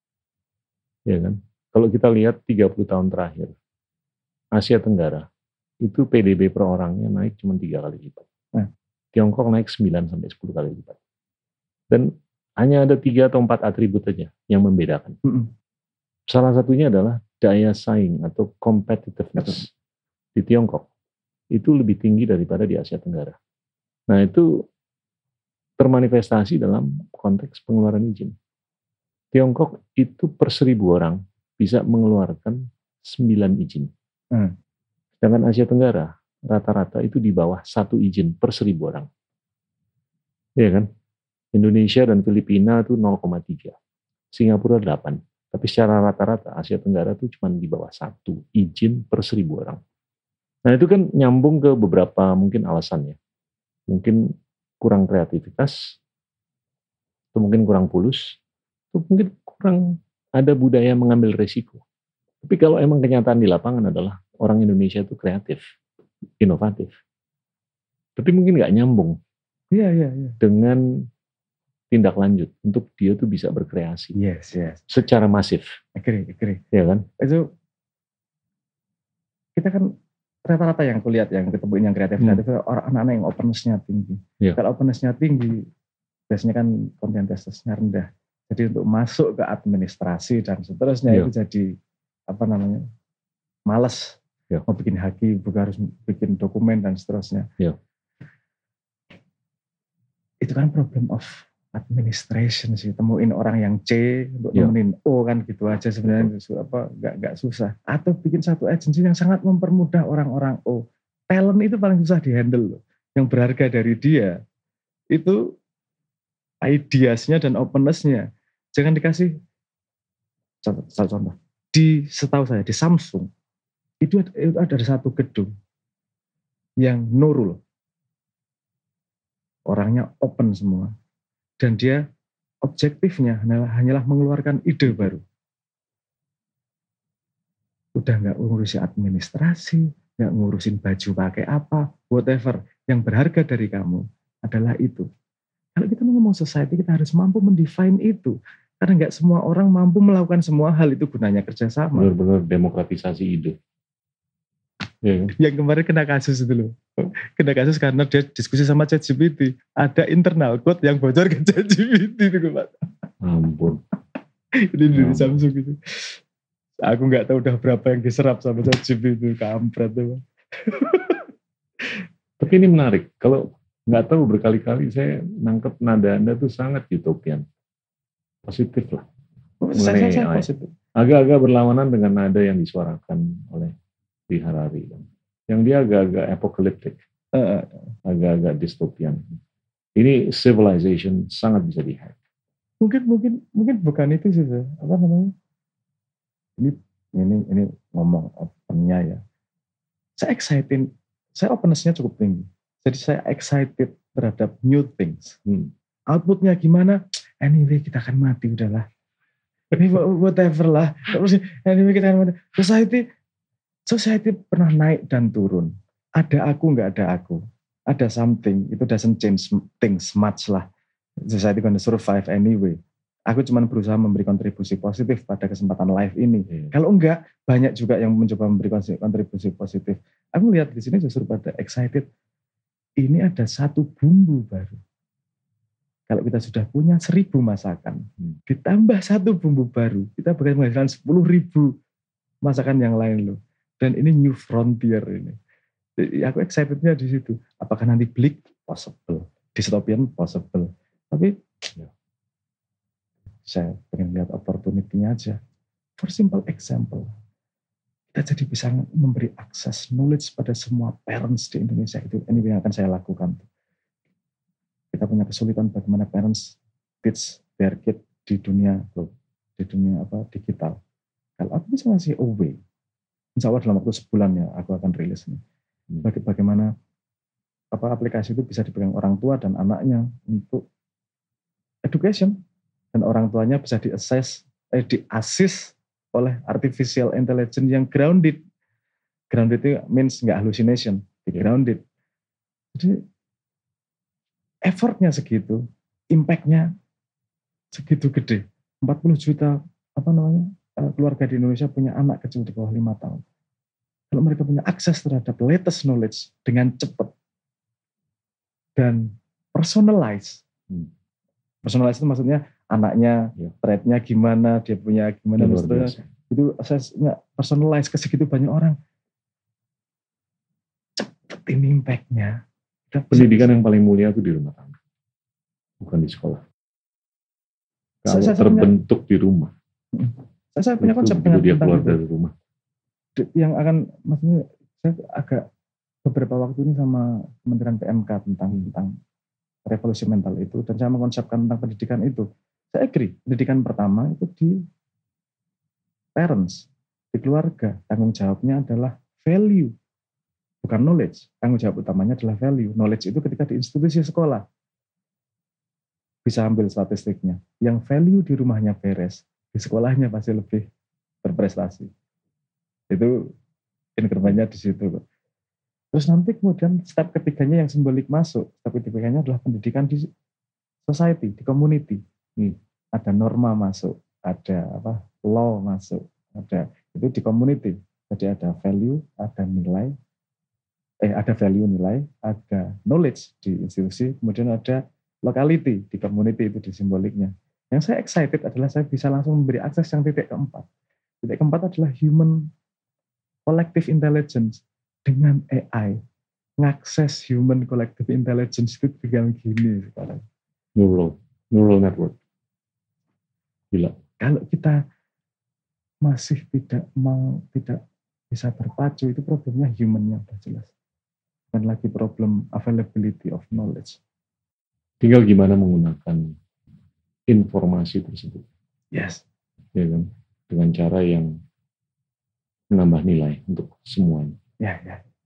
Ya kan? Kalau kita lihat 30 tahun terakhir, Asia Tenggara, itu PDB per orangnya naik cuma 3 kali lipat. Tiongkok naik 9 sampai 10 kali lipat. Dan hanya ada 3 atau 4 atribut saja yang membedakan. Salah satunya adalah daya saing atau competitiveness di Tiongkok. Itu lebih tinggi daripada di Asia Tenggara. Nah itu termanifestasi dalam konteks pengeluaran izin. Tiongkok itu per 1.000 orang bisa mengeluarkan 9 izin. Sedangkan Asia Tenggara rata-rata itu di bawah 1 izin per 1.000 orang. Iya kan? Indonesia dan Filipina itu 0,3. Singapura 8. Tapi secara rata-rata Asia Tenggara itu cuma di bawah 1 izin per 1.000 orang. Nah itu kan nyambung ke beberapa mungkin alasannya. Mungkin kurang kreativitas, atau mungkin kurang pulus, atau mungkin kurang ada budaya mengambil resiko. Tapi kalau emang kenyataan di lapangan adalah orang Indonesia itu kreatif, inovatif. Tapi mungkin nggak nyambung dengan tindak lanjut untuk dia tuh bisa berkreasi. Yes. Secara masif. Agree. Ya kan? Itu kita kan rata-rata yang kulihat yang ketemu yang kreatif orang anak-anak yang openness-nya tinggi. Kalau openness-nya tinggi, biasanya kan kontentasnya rendah. Jadi untuk masuk ke administrasi dan seterusnya itu jadi malas. Mau bikin haki, bukan harus bikin dokumen dan seterusnya. Itu kan problem of administration sih. Temuin orang yang C untuk nemenin O kan gitu aja sebenarnya. Nggak susah. Atau bikin satu agensi yang sangat mempermudah orang-orang O. Talent itu paling susah dihandle loh. Yang berharga dari dia itu ideasnya dan openness-nya. Jangan dikasih contoh. Setahu saya di Samsung itu ada satu gedung yang nurul. Orangnya open semua. Dan dia objektifnya hanyalah mengeluarkan ide baru. Udah nggak ngurusin administrasi, nggak ngurusin baju pakai apa, whatever. Yang berharga dari kamu adalah itu. Kalau kita ngomong society, kita harus mampu mendefine itu. Karena nggak semua orang mampu melakukan semua hal, itu gunanya kerjasama. Benar-benar demokratisasi ide. Yang kemarin kena kasus itu loh. Kena kasus karena dia diskusi sama ChatGPT. Ada internal code yang bocor ke ChatGPT itu Pak. Ampun. Ini dari Samsung gitu. Aku nggak tahu udah berapa yang diserap sama ChatGPT itu, kampret tuh. Tapi ini menarik. Kalau nggak tahu berkali-kali saya nangkep nada Anda tuh sangat utopian. Positif lah. Saya positif. Agak-agak berlawanan dengan nada yang disuarakan oleh di Harari. Yang dia agak-agak apokaliptik. Agak-agak dystopian. Ini civilization sangat bisa dihack. Mungkin bukan itu sih. Apa namanya? Ini ngomong opennya ya. Saya excited. Saya openness-nya cukup tinggi. Jadi saya excited terhadap new things. Outputnya gimana? Anyway kita akan mati udahlah. Whatever lah. Terus anyway kita akan mati. Society pernah naik dan turun. Ada aku, nggak ada aku. Ada something. Itu doesn't change things much lah. Society gonna survive anyway. Aku cuma berusaha memberi kontribusi positif pada kesempatan live ini. Kalau enggak, banyak juga yang mencoba memberi kontribusi positif. Aku lihat di sini justru pada excited. Ini ada satu bumbu baru. Kalau kita sudah punya 1000 masakan, ditambah satu bumbu baru, kita bakal menghasilkan 10.000 masakan yang lain loh. Dan ini new frontier ini. Jadi aku excitednya di situ. Apakah nanti Bleak? Possible. Dystopian? Possible. Tapi saya pengen lihat opportunity-nya aja. For simple example, kita jadi bisa memberi akses knowledge pada semua parents di Indonesia. Itu ini yang akan saya lakukan. Kita punya kesulitan bagaimana parents teach their kid di dunia digital. Kalau aku bisa ngasih away, insya Allah dalam waktu sebulan ya aku akan rilis ini. Bagaimana aplikasi itu bisa dipegang orang tua dan anaknya untuk education. Dan orang tuanya bisa di-assist oleh artificial intelligence yang grounded. Grounded itu means nggak hallucination, grounded. Jadi effortnya segitu, impactnya segitu gede. 40 juta keluarga di Indonesia punya anak kecil di bawah 5 tahun. Kalau mereka punya akses terhadap latest knowledge dengan cepat dan personalized. Personalized itu maksudnya anaknya, thread-nya gimana, dia punya gimana, itu aksesnya personalized ke segitu banyak orang. Cepet ini impact-nya. Pendidikan yang paling mulia itu di rumah tangga, bukan di sekolah. Kalau terbentuk di rumah. Saya punya konsep dengan dia keluar dari rumah. Yang akan, maksudnya saya agak beberapa waktu ini sama Kementerian PMK tentang revolusi mental itu, dan saya mengkonsepkan tentang pendidikan itu. Saya agree, pendidikan pertama itu di parents, di keluarga. Tanggung jawabnya adalah value, bukan knowledge. Tanggung jawab utamanya adalah value. Knowledge itu ketika di institusi sekolah. Bisa ambil statistiknya. Yang value di rumahnya beres, di sekolahnya pasti lebih berprestasi. Itu increment-nya di situ. Terus nanti kemudian step ketiganya yang simbolik masuk. Step ketiganya adalah pendidikan di society, di community. Ada norma masuk, ada law masuk, ada itu di community. Jadi ada value, ada nilai, ada value nilai, ada knowledge di institusi, kemudian ada locality di community, itu di simboliknya. Yang saya excited adalah saya bisa langsung memberi akses yang titik keempat. Titik keempat adalah human collective intelligence dengan AI. Ngakses human collective intelligence itu tinggal gini sekarang. Neural network. Gila. Kalau kita masih tidak bisa berpacu, itu problemnya human-nya udah jelas. Dan lagi problem availability of knowledge. Tinggal gimana menggunakan informasi tersebut. Yes. Ya kan? Dengan cara yang menambah nilai untuk semuanya. Ya.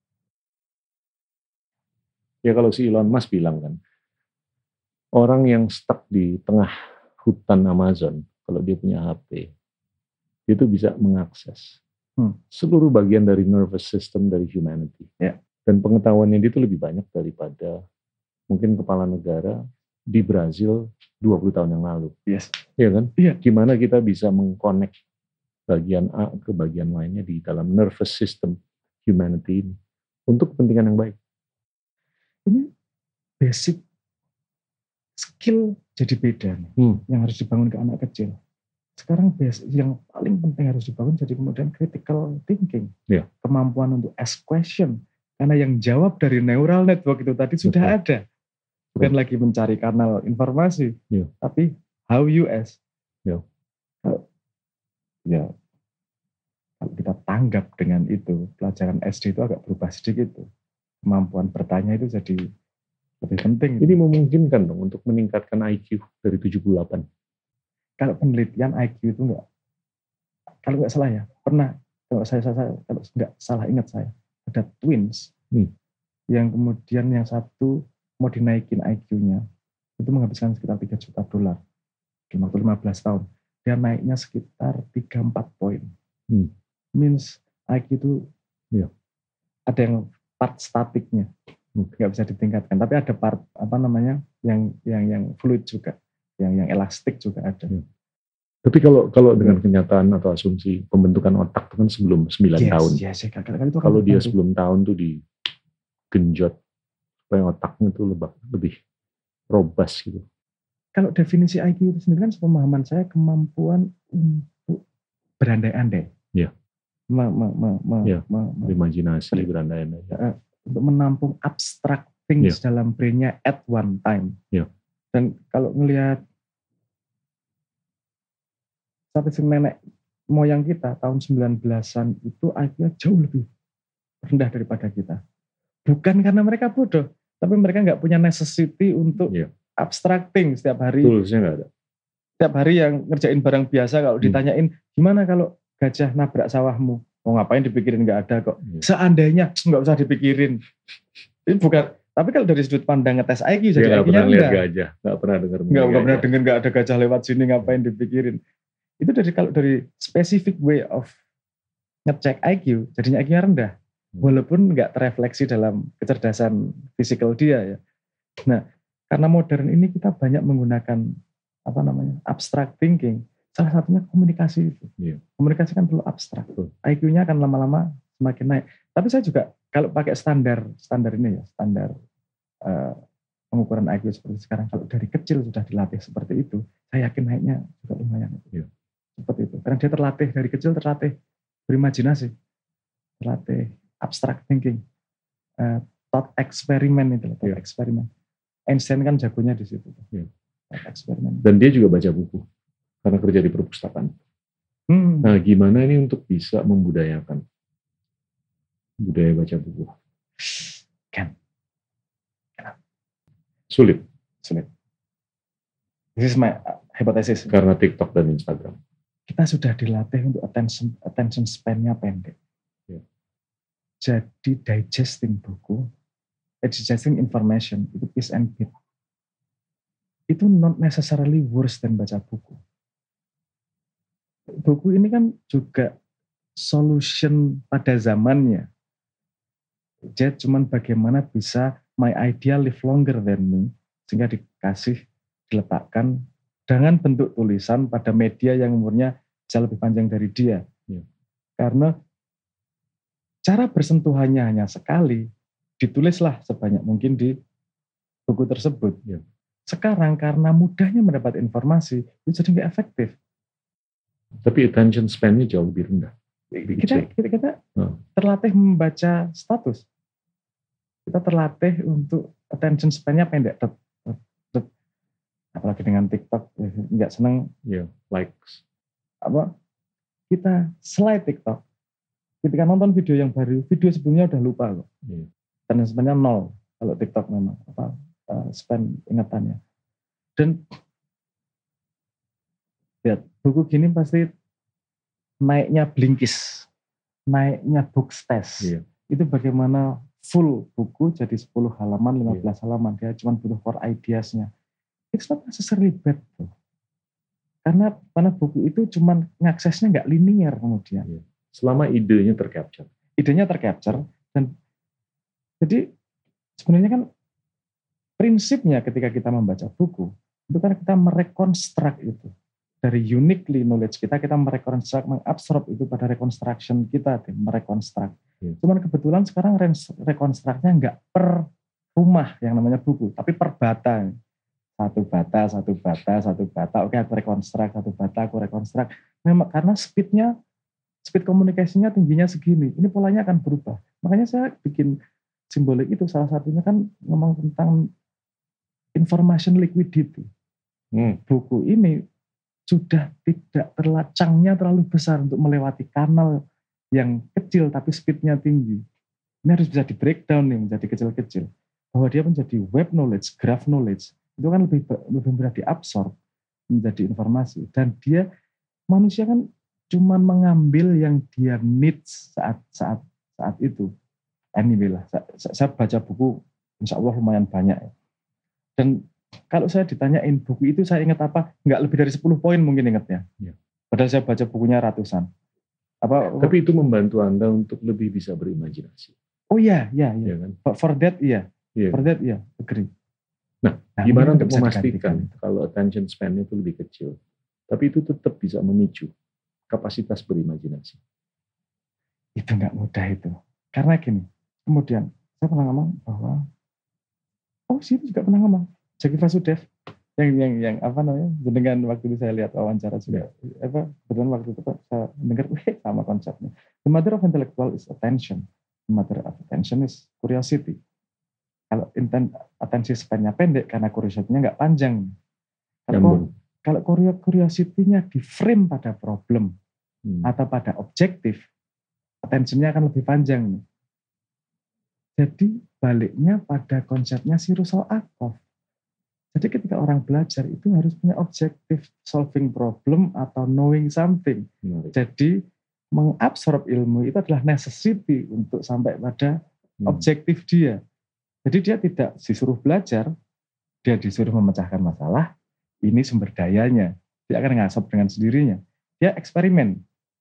Ya kalau si Elon Musk bilang kan, orang yang stuck di tengah hutan Amazon, kalau dia punya HP, itu bisa mengakses seluruh bagian dari nervous system dari humanity. Ya. Dan pengetahuannya dia itu lebih banyak daripada mungkin kepala negara di Brazil 20 tahun yang lalu. Yes. Iya kan? Iya. Gimana kita bisa mengconnect bagian A ke bagian lainnya di dalam nervous system humanity ini untuk kepentingan yang baik. Ini basic skill jadi beda nih, yang harus dibangun ke anak kecil. Sekarang yang paling penting harus dibangun jadi kemudian critical thinking, kemampuan untuk ask question, karena yang jawab dari neural network itu tadi sudah ada, bukan lagi mencari kanal informasi, tapi how you ask. Kalau kita tanggap dengan itu, pelajaran SD itu agak berubah sedikit tuh. Kemampuan bertanya itu jadi lebih penting. Ini memungkinkan dong untuk meningkatkan IQ dari 78. Kalau penelitian IQ itu kalau nggak salah ya, pernah, kalau nggak salah ingat saya, ada twins yang kemudian yang satu mau dinaikin IQ-nya, itu menghabiskan sekitar $3 juta dalam waktu 15 tahun. Dia naiknya sekitar 3-4 poin. Means IQ itu ada yang part statiknya, nggak bisa ditingkatkan, tapi ada part yang fluid juga, yang elastik juga ada. Tapi kalau dengan kenyataan atau asumsi pembentukan otak itu kan sebelum 9 tahun. Yes, itu kalau dia sebelum tahun tuh digenjot supaya otaknya tuh lebih robust gitu. Kalau definisi IQ itu sendiri kan sepemahaman saya kemampuan untuk berandai-andai. Iya. Imajinasi, berandai-andai. Untuk menampung abstract things dalam brainnya at one time. Yeah. Dan kalau ngelihat statistik nenek moyang kita tahun 19-an itu IQ-nya jauh lebih rendah daripada kita. Bukan karena mereka bodoh, tapi mereka nggak punya necessity untuk abstracting setiap hari. Toolsnya nggak ada. Setiap hari yang ngerjain barang biasa, kalau ditanyain gimana kalau gajah nabrak sawahmu, mau ngapain dipikirin, nggak ada kok. Seandainya nggak usah dipikirin. Ini bukan. Tapi kalau dari sudut pandang ngetes IQ, jadi IQ-nya enggak. Gajah, nggak pernah dengar. Nggak pernah dengar nggak ada gajah lewat sini, ngapain dipikirin. Itu kalau dari specific way of ngecek IQ, jadinya IQ-nya rendah. Walaupun nggak terefleksi dalam kecerdasan fisikal dia ya. Nah, karena modern ini kita banyak menggunakan abstract thinking. Salah satunya komunikasi itu. Komunikasi kan perlu abstrak. IQ-nya akan lama-lama semakin naik. Tapi saya juga kalau pakai standar ini ya, standar pengukuran IQ seperti sekarang, kalau dari kecil sudah dilatih seperti itu, saya yakin naiknya juga lumayan. Seperti itu. Karena dia dari kecil terlatih berimajinasi, terlatih abstract thinking, thought experiment itu, eksperimen. Einstein kan jagonya di situ. Eksperimen. Dan dia juga baca buku karena kerja di perpustakaan. Nah, gimana ini untuk bisa membudayakan budaya baca buku? Sulit. This is my hypothesis. Karena TikTok dan Instagram. Kita sudah dilatih untuk attention span-nya pendek. Jadi digesting buku, digesting information, itu piece and bit. Itu not necessarily worse than baca buku. Buku ini kan juga solution pada zamannya. Jadi cuman bagaimana bisa my idea live longer than me, sehingga diletakkan dengan bentuk tulisan pada media yang umurnya bisa lebih panjang dari dia. Karena cara bersentuhannya hanya sekali, ditulislah sebanyak mungkin di buku tersebut. Sekarang karena mudahnya mendapat informasi, itu jadi nggak efektif. Tapi attention span-nya jauh lebih rendah. Kita terlatih membaca status. Kita terlatih untuk attention span-nya pendek. Apalagi dengan TikTok, nggak seneng. Likes. Kita slide TikTok. Ketika nonton video yang baru, video sebelumnya udah lupa kok. Dan sebenarnya 0 kalau TikTok memang span ingatannya. Dan lihat buku gini pasti naiknya Blinkist, naiknya Bookstash. Itu bagaimana full buku jadi 10 halaman, 15 halaman, dia cuma butuh core ideas-nya. It's not necessarily bad tuh. Karena buku itu cuma ngaksesnya nggak linear kemudian. Selama idenya tercapture. Dan jadi sebenarnya kan prinsipnya ketika kita membaca buku itu kan kita merekonstruk itu dari uniquely knowledge kita merekonstruk, mengabsorb itu pada reconstruction kita, merekonstruk. Cuman kebetulan sekarang rekonstruknya nggak per rumah yang namanya buku, tapi per bata. Satu bata, oke aku rekonstruk, satu bata aku rekonstruk. Memang karena speed komunikasinya tingginya segini, ini polanya akan berubah. Makanya saya bikin simbolik itu, salah satunya kan ngomong tentang information liquidity. Buku ini sudah tidak cangnya terlalu besar untuk melewati kanal yang kecil tapi speednya tinggi. Ini harus bisa di breakdown nih menjadi kecil-kecil. Bahwa dia menjadi web knowledge, graph knowledge, itu kan lebih mudah diabsorb menjadi informasi. Dan manusia kan cuma mengambil yang dia needs saat itu. Anyway lah, saya baca buku insya Allah lumayan banyak ya. Dan kalau saya ditanyain buku itu saya ingat apa, nggak lebih dari 10 poin mungkin ingatnya. Padahal saya baca bukunya ratusan. Tapi itu membantu Anda untuk lebih bisa berimajinasi. Oh iya kan? For that, agree. Nah, Nah, gimana mungkin untuk bisa memastikan digantikan itu. kalau attention span itu lebih kecil, tapi itu tetap bisa memicu kapasitas berimajinasi? Itu nggak mudah itu. Karena gini, kemudian saya pernah ngomong bahwa, sih juga pernah ngomong, Jaki Vasudev, yang apa namanya, dengan waktu itu saya lihat wawancara juga, kebetulan waktu itu saya dengar, sama konsepnya. The mother of intellectual is attention. The mother of attention is curiosity. Kalau atensi span-nya pendek karena curiosity-nya nggak panjang. Kalau curiosity-nya di frame pada problem atau pada objektif, attention-nya akan lebih panjang. Jadi baliknya pada konsepnya si Russell Ackoff. Jadi ketika orang belajar itu harus punya objektif solving problem atau knowing something. Jadi mengabsorb ilmu itu adalah necessity untuk sampai pada objektif dia. Jadi dia tidak disuruh belajar, dia disuruh memecahkan masalah, ini sumber dayanya. Dia akan ngasop dengan sendirinya. Dia eksperimen,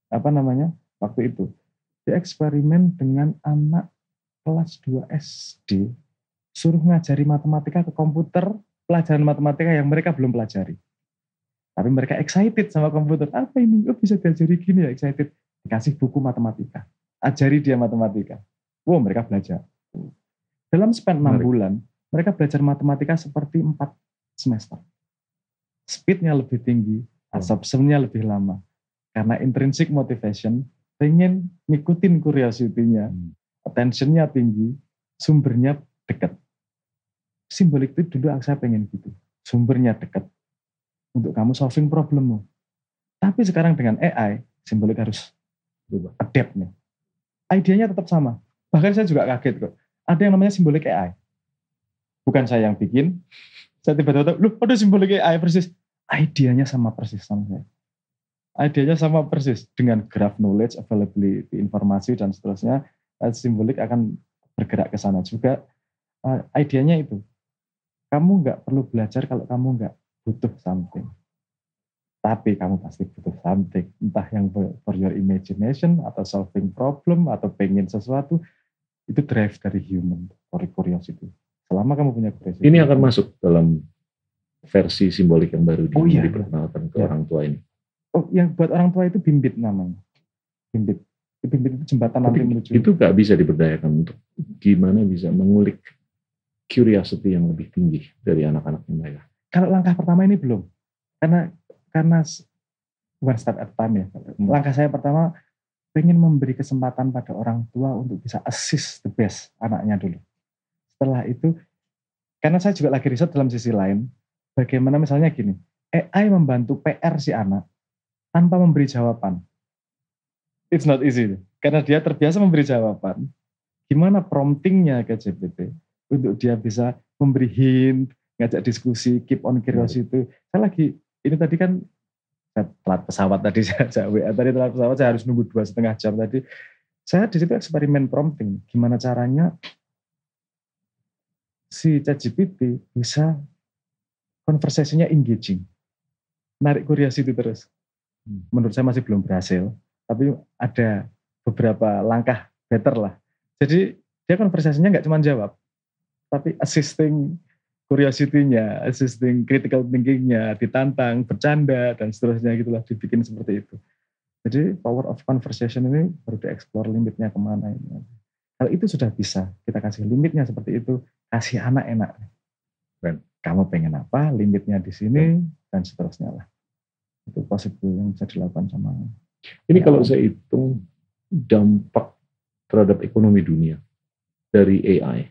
waktu itu. Dia eksperimen dengan anak kelas 2 SD, suruh ngajari matematika ke komputer, pelajaran matematika yang mereka belum pelajari. Tapi mereka excited sama komputer. Apa ini? Bisa diajari gini ya, excited. Dikasih buku matematika. Ajari dia matematika. Mereka belajar. Dalam span 6 bulan, mereka belajar matematika seperti 4 semester. Speednya lebih tinggi, absorption-nya lebih lama. Karena intrinsic motivation, pengen ngikutin curiosity-nya, attention-nya tinggi, sumbernya dekat. Simbolik itu dulu saya pengen gitu. Sumbernya dekat. Untuk kamu solving problemmu. Tapi sekarang dengan AI, simbolik harus berubah. Adapt nih. Idenya tetap sama. Bahkan saya juga kaget kok. Ada yang namanya simbolik AI. Bukan saya yang bikin. Saya tiba-tiba tahu, ada simbolik AI persis. Idenya sama persis sama saya. Idenya sama persis. Dengan graph knowledge, availability, informasi, dan seterusnya. Simbolik akan bergerak ke sana juga. Idenya itu. Kamu nggak perlu belajar kalau kamu nggak butuh something. Tapi kamu pasti butuh something. Entah yang for your imagination, atau solving problem, atau pengen sesuatu. Itu drive dari human, for curiosity. Selama kamu punya curiosity. Ini akan masuk dalam versi simbolik yang baru diperkenalkan ke orang tua ini. Yang buat orang tua itu bimbit namanya. Bimbit itu jembatan nanti menuju. Itu nggak bisa diberdayakan untuk gimana bisa mengulik curiosity yang lebih tinggi dari anak-anak mereka. Kalau langkah pertama ini belum. Karena one step at a time ya. Langkah saya pertama pengen memberi kesempatan pada orang tua untuk bisa assist the best anaknya dulu. Setelah itu, karena saya juga lagi riset dalam sisi lain, bagaimana misalnya gini, AI membantu PR si anak tanpa memberi jawaban. It's not easy. Karena dia terbiasa memberi jawaban. Gimana promptingnya ke GPT untuk dia bisa memberi hint, ngajak diskusi, keep on curiosity. Saya lagi, ini tadi kan telat pesawat tadi, saya WA tadi telat pesawat, saya harus nunggu 2,5 jam tadi. Saya di situ eksperimen prompting, gimana caranya si ChatGPT bisa conversation-nya engaging, narik curiosity terus. Menurut saya masih belum berhasil, tapi ada beberapa langkah better lah. Jadi dia conversation-nya nggak cuma jawab, tapi assisting curiosity-nya, assisting critical thinking-nya, ditantang, bercanda, dan seterusnya gitulah, dibikin seperti itu. Jadi power of conversation ini perlu dieksplor limitnya kemana ini. Kalau itu sudah bisa, kita kasih limitnya seperti itu, kasih anak enak. Dan kamu pengen apa, limitnya di sini, dan seterusnya lah. Itu possible yang bisa dilakukan sama. Ini kalau saya hitung dampak terhadap ekonomi dunia dari AI,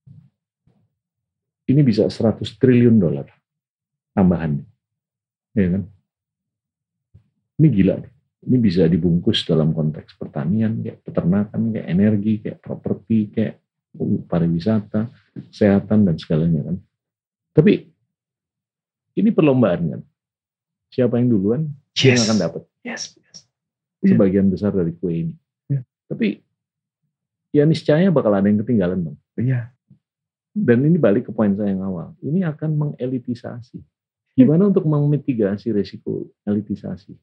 ini bisa $100 triliun tambahan, ya kan? Ini gila. Ini bisa dibungkus dalam konteks pertanian, kayak peternakan, kayak energi, kayak properti, kayak pariwisata, kesehatan dan segalanya kan. Tapi ini perlombaan kan. Siapa yang duluan, yang akan dapat. Sebagian besar dari kue ini. Tapi ya niscaya bakal ada yang ketinggalan dong. Dan ini balik ke poin saya yang awal. Ini akan mengelitisasi. Gimana untuk memitigasi resiko elitisasi?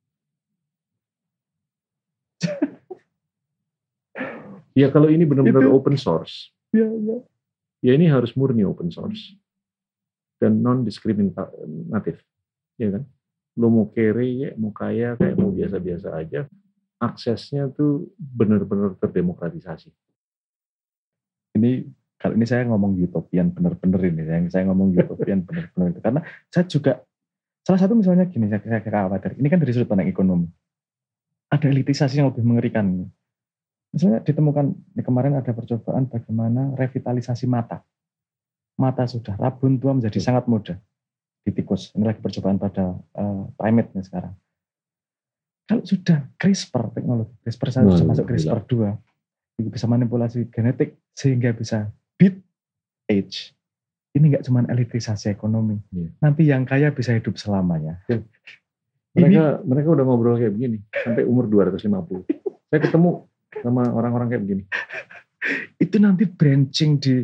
Ya kalau ini benar-benar open source. Ya ini harus murni open source. dan non-diskriminatif, ya kan? Lu mau kere, mau kaya, kayak mau biasa-biasa aja, aksesnya tuh benar-benar terdemokratisasi. Ini kalau ini saya ngomong utopian bener-bener ini, yang saya ngomong utopian bener-bener itu karena saya juga salah satu misalnya gini, saya khawatir ini kan dari sudut pandang ekonomi ada elitisasi yang lebih mengerikan. Misalnya ditemukan kemarin ada percobaan bagaimana revitalisasi mata sudah rabun tua menjadi sangat muda di tikus. Ini lagi percobaan pada primate nih sekarang. Kalau sudah CRISPR teknologi CRISPR bisa masuk CRISPR 2 bisa manipulasi genetik sehingga bisa beat age. Ini nggak cuma elitisasi ekonomi. Nanti yang kaya bisa hidup selamanya. Mereka udah ngobrol kayak begini sampai umur 250. Saya ketemu sama orang-orang kayak begini. Itu nanti branching di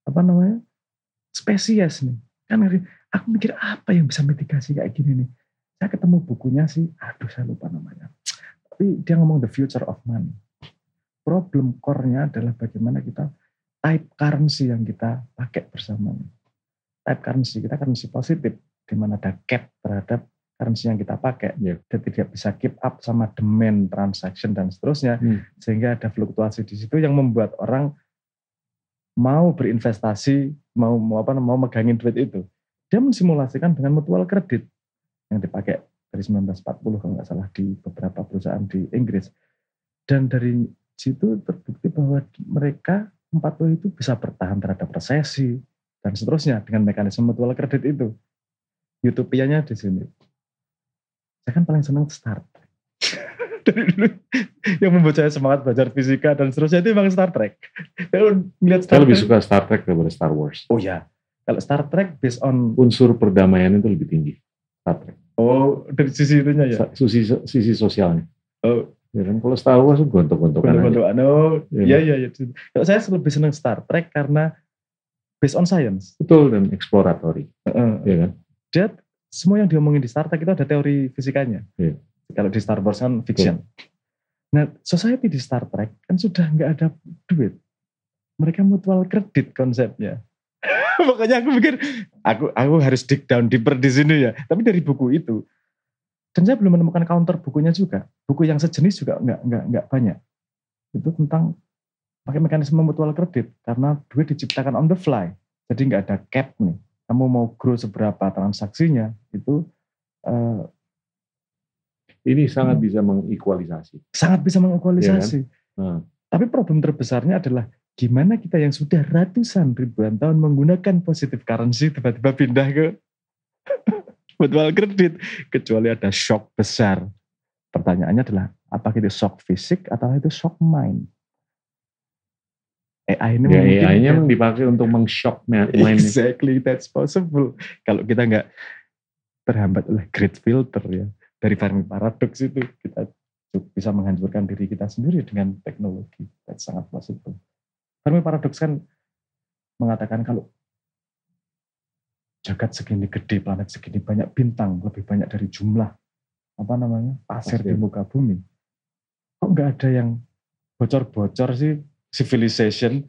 spesies nih. Kan aku mikir apa yang bisa mitigasi kayak gini nih. Saya ketemu bukunya sih, saya lupa namanya. Tapi dia ngomong the future of money. Problem core-nya adalah bagaimana kita type currency yang kita pakai bersama. Type currency, kita currency positif, di mana ada cap terhadap currency yang kita pakai. Dan tidak bisa keep up sama demand, transaction, dan seterusnya. Sehingga ada fluktuasi di situ yang membuat orang mau berinvestasi, mau megangin duit itu. Dia mensimulasikan dengan mutual credit yang dipakai dari 1940 kalau nggak salah di beberapa perusahaan di Inggris. Dan dari situ terbukti bahwa mereka 40 itu bisa bertahan terhadap resesi dan seterusnya dengan mekanisme mutual credit itu. Utopianya di sini. Saya kan paling senang Star Trek. Dari dulu yang membuat saya semangat belajar fisika dan seterusnya itu memang Star Trek. Saya lebih suka Star Trek daripada Star Wars. Oh ya, kalau Star Trek based on unsur perdamaian itu lebih tinggi. Star Trek. Oh, dari sisi itunya ya? Sisi sosialnya. Oh. Ya kan, kalau Star Wars gontok-gontokan aja. Iya. Kalau saya lebih senang Star Trek karena based on science. Betul, dan exploratory. Ya kan? Dia, semua yang diomongin di Star Trek itu ada teori fisikanya. Ya. Kalau di Star Wars kan fiction. Nah, society di Star Trek kan sudah nggak ada duit. Mereka mutual credit konsepnya. Makanya aku pikir aku harus dig down deeper di sini ya. Tapi dari buku itu, dan saya belum menemukan counter bukunya juga. Buku yang sejenis juga nggak banyak. Itu tentang pakai mekanisme mutual credit karena duit diciptakan on the fly. Jadi nggak ada cap nih. Kamu mau grow seberapa transaksinya itu. Ini sangat bisa mengekualisasi. Sangat bisa mengekualisasi. Ya kan? Tapi problem terbesarnya adalah gimana kita yang sudah ratusan ribuan tahun menggunakan positive currency tiba-tiba pindah ke mutual credit, kecuali ada shock besar. Pertanyaannya adalah apakah itu shock fisik atau itu shock mind? AI ini AI-nya dipakai untuk meng-shock mind. Exactly, that's possible. Kalau kita nggak terhambat oleh great filter ya dari Fermi paradox itu, kita bisa menghancurkan diri kita sendiri dengan teknologi. That's sangat possible. Fermi paradox kan mengatakan kalau jagat segini gede, planet segini banyak, bintang lebih banyak dari jumlah pasir di muka bumi. Kok nggak ada yang bocor-bocor sih civilization?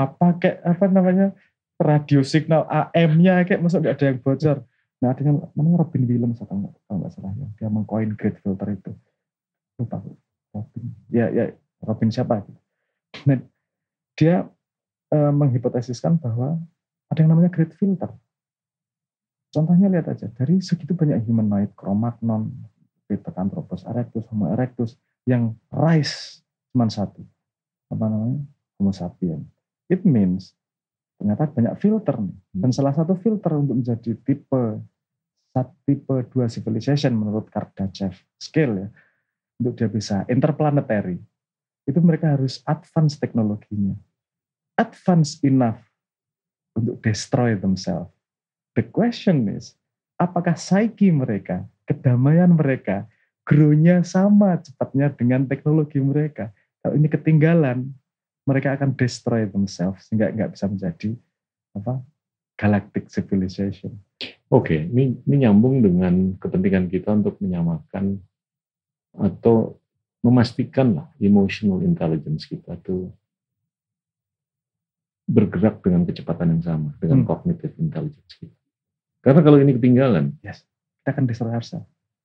Radio signal AM-nya kayak masuk nggak ada yang bocor. Nah, dengan Robin Williams atau nggak salah ya, dia mengcoin great filter itu. Lupa Robin. Ya Robin siapa? Nah, dia menghipotesiskan bahwa ada yang namanya great filter. Contohnya lihat aja, dari segitu banyak humanoid, Cro-Magnon, Pithecanthropus erectus, Homo erectus, yang rise cuma satu, Homo sapiens. It means ternyata banyak filter nih. Dan salah satu filter untuk menjadi tipe 2 civilization menurut Kardashev scale ya, untuk dia bisa interplanetary, itu mereka harus advance teknologinya, advance enough untuk destroy themselves. The question is, apakah psyche mereka, kedamaian mereka, grow-nya sama cepatnya dengan teknologi mereka? Kalau ini ketinggalan, mereka akan destroy themselves sehingga nggak bisa menjadi galactic civilization. Oke, ini nyambung dengan kepentingan kita untuk menyamakan atau memastikan lah emotional intelligence kita tuh bergerak dengan kecepatan yang sama dengan cognitive intelligence kita. Karena kalau ini ketinggalan, yes, kita akan destroy ourselves.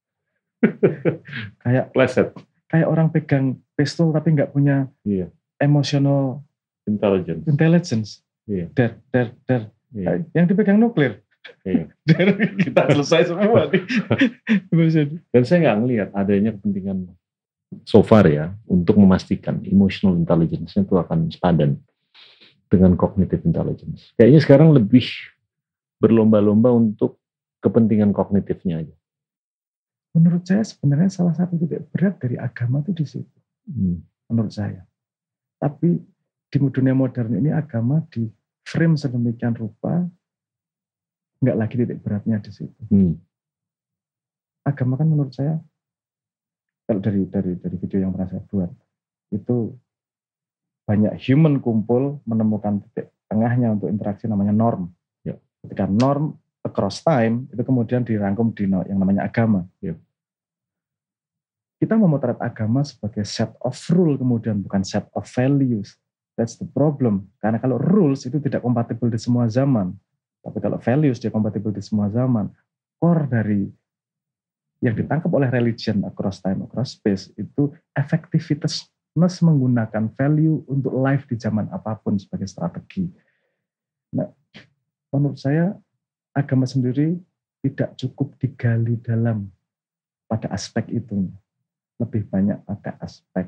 Kayak pleset. Kayak orang pegang pistol tapi nggak punya emotional intelligence. Iya. Der. Yang dipegang nuklir. Iya. Kita selesai semua nih. Dan saya nggak ngelihat adanya kepentingan so far ya untuk memastikan emotional intelligence-nya itu akan sepadan dengan cognitive intelligence. Kayaknya sekarang lebih berlomba-lomba untuk kepentingan kognitifnya aja. Menurut saya sebenarnya salah satu titik berat dari agama itu di situ. Menurut saya. Tapi di dunia modern ini agama di frame sedemikian rupa, nggak lagi titik beratnya di situ. Agama kan menurut saya, kalau dari video yang pernah saya buat, itu banyak human kumpul menemukan titik tengahnya untuk interaksi namanya norm. Ya. Ketika norm across time, itu kemudian dirangkum di yang namanya agama. Ya. Kita memotret agama sebagai set of rule kemudian bukan set of values. That's the problem. Karena kalau rules itu tidak kompatibel di semua zaman. Tapi kalau values dia kompatibel di semua zaman. Core dari yang ditangkap oleh religion across time, across space itu efektivitas menggunakan value untuk life di zaman apapun sebagai strategi. Nah, menurut saya agama sendiri tidak cukup digali dalam pada aspek itu. Lebih banyak pada aspek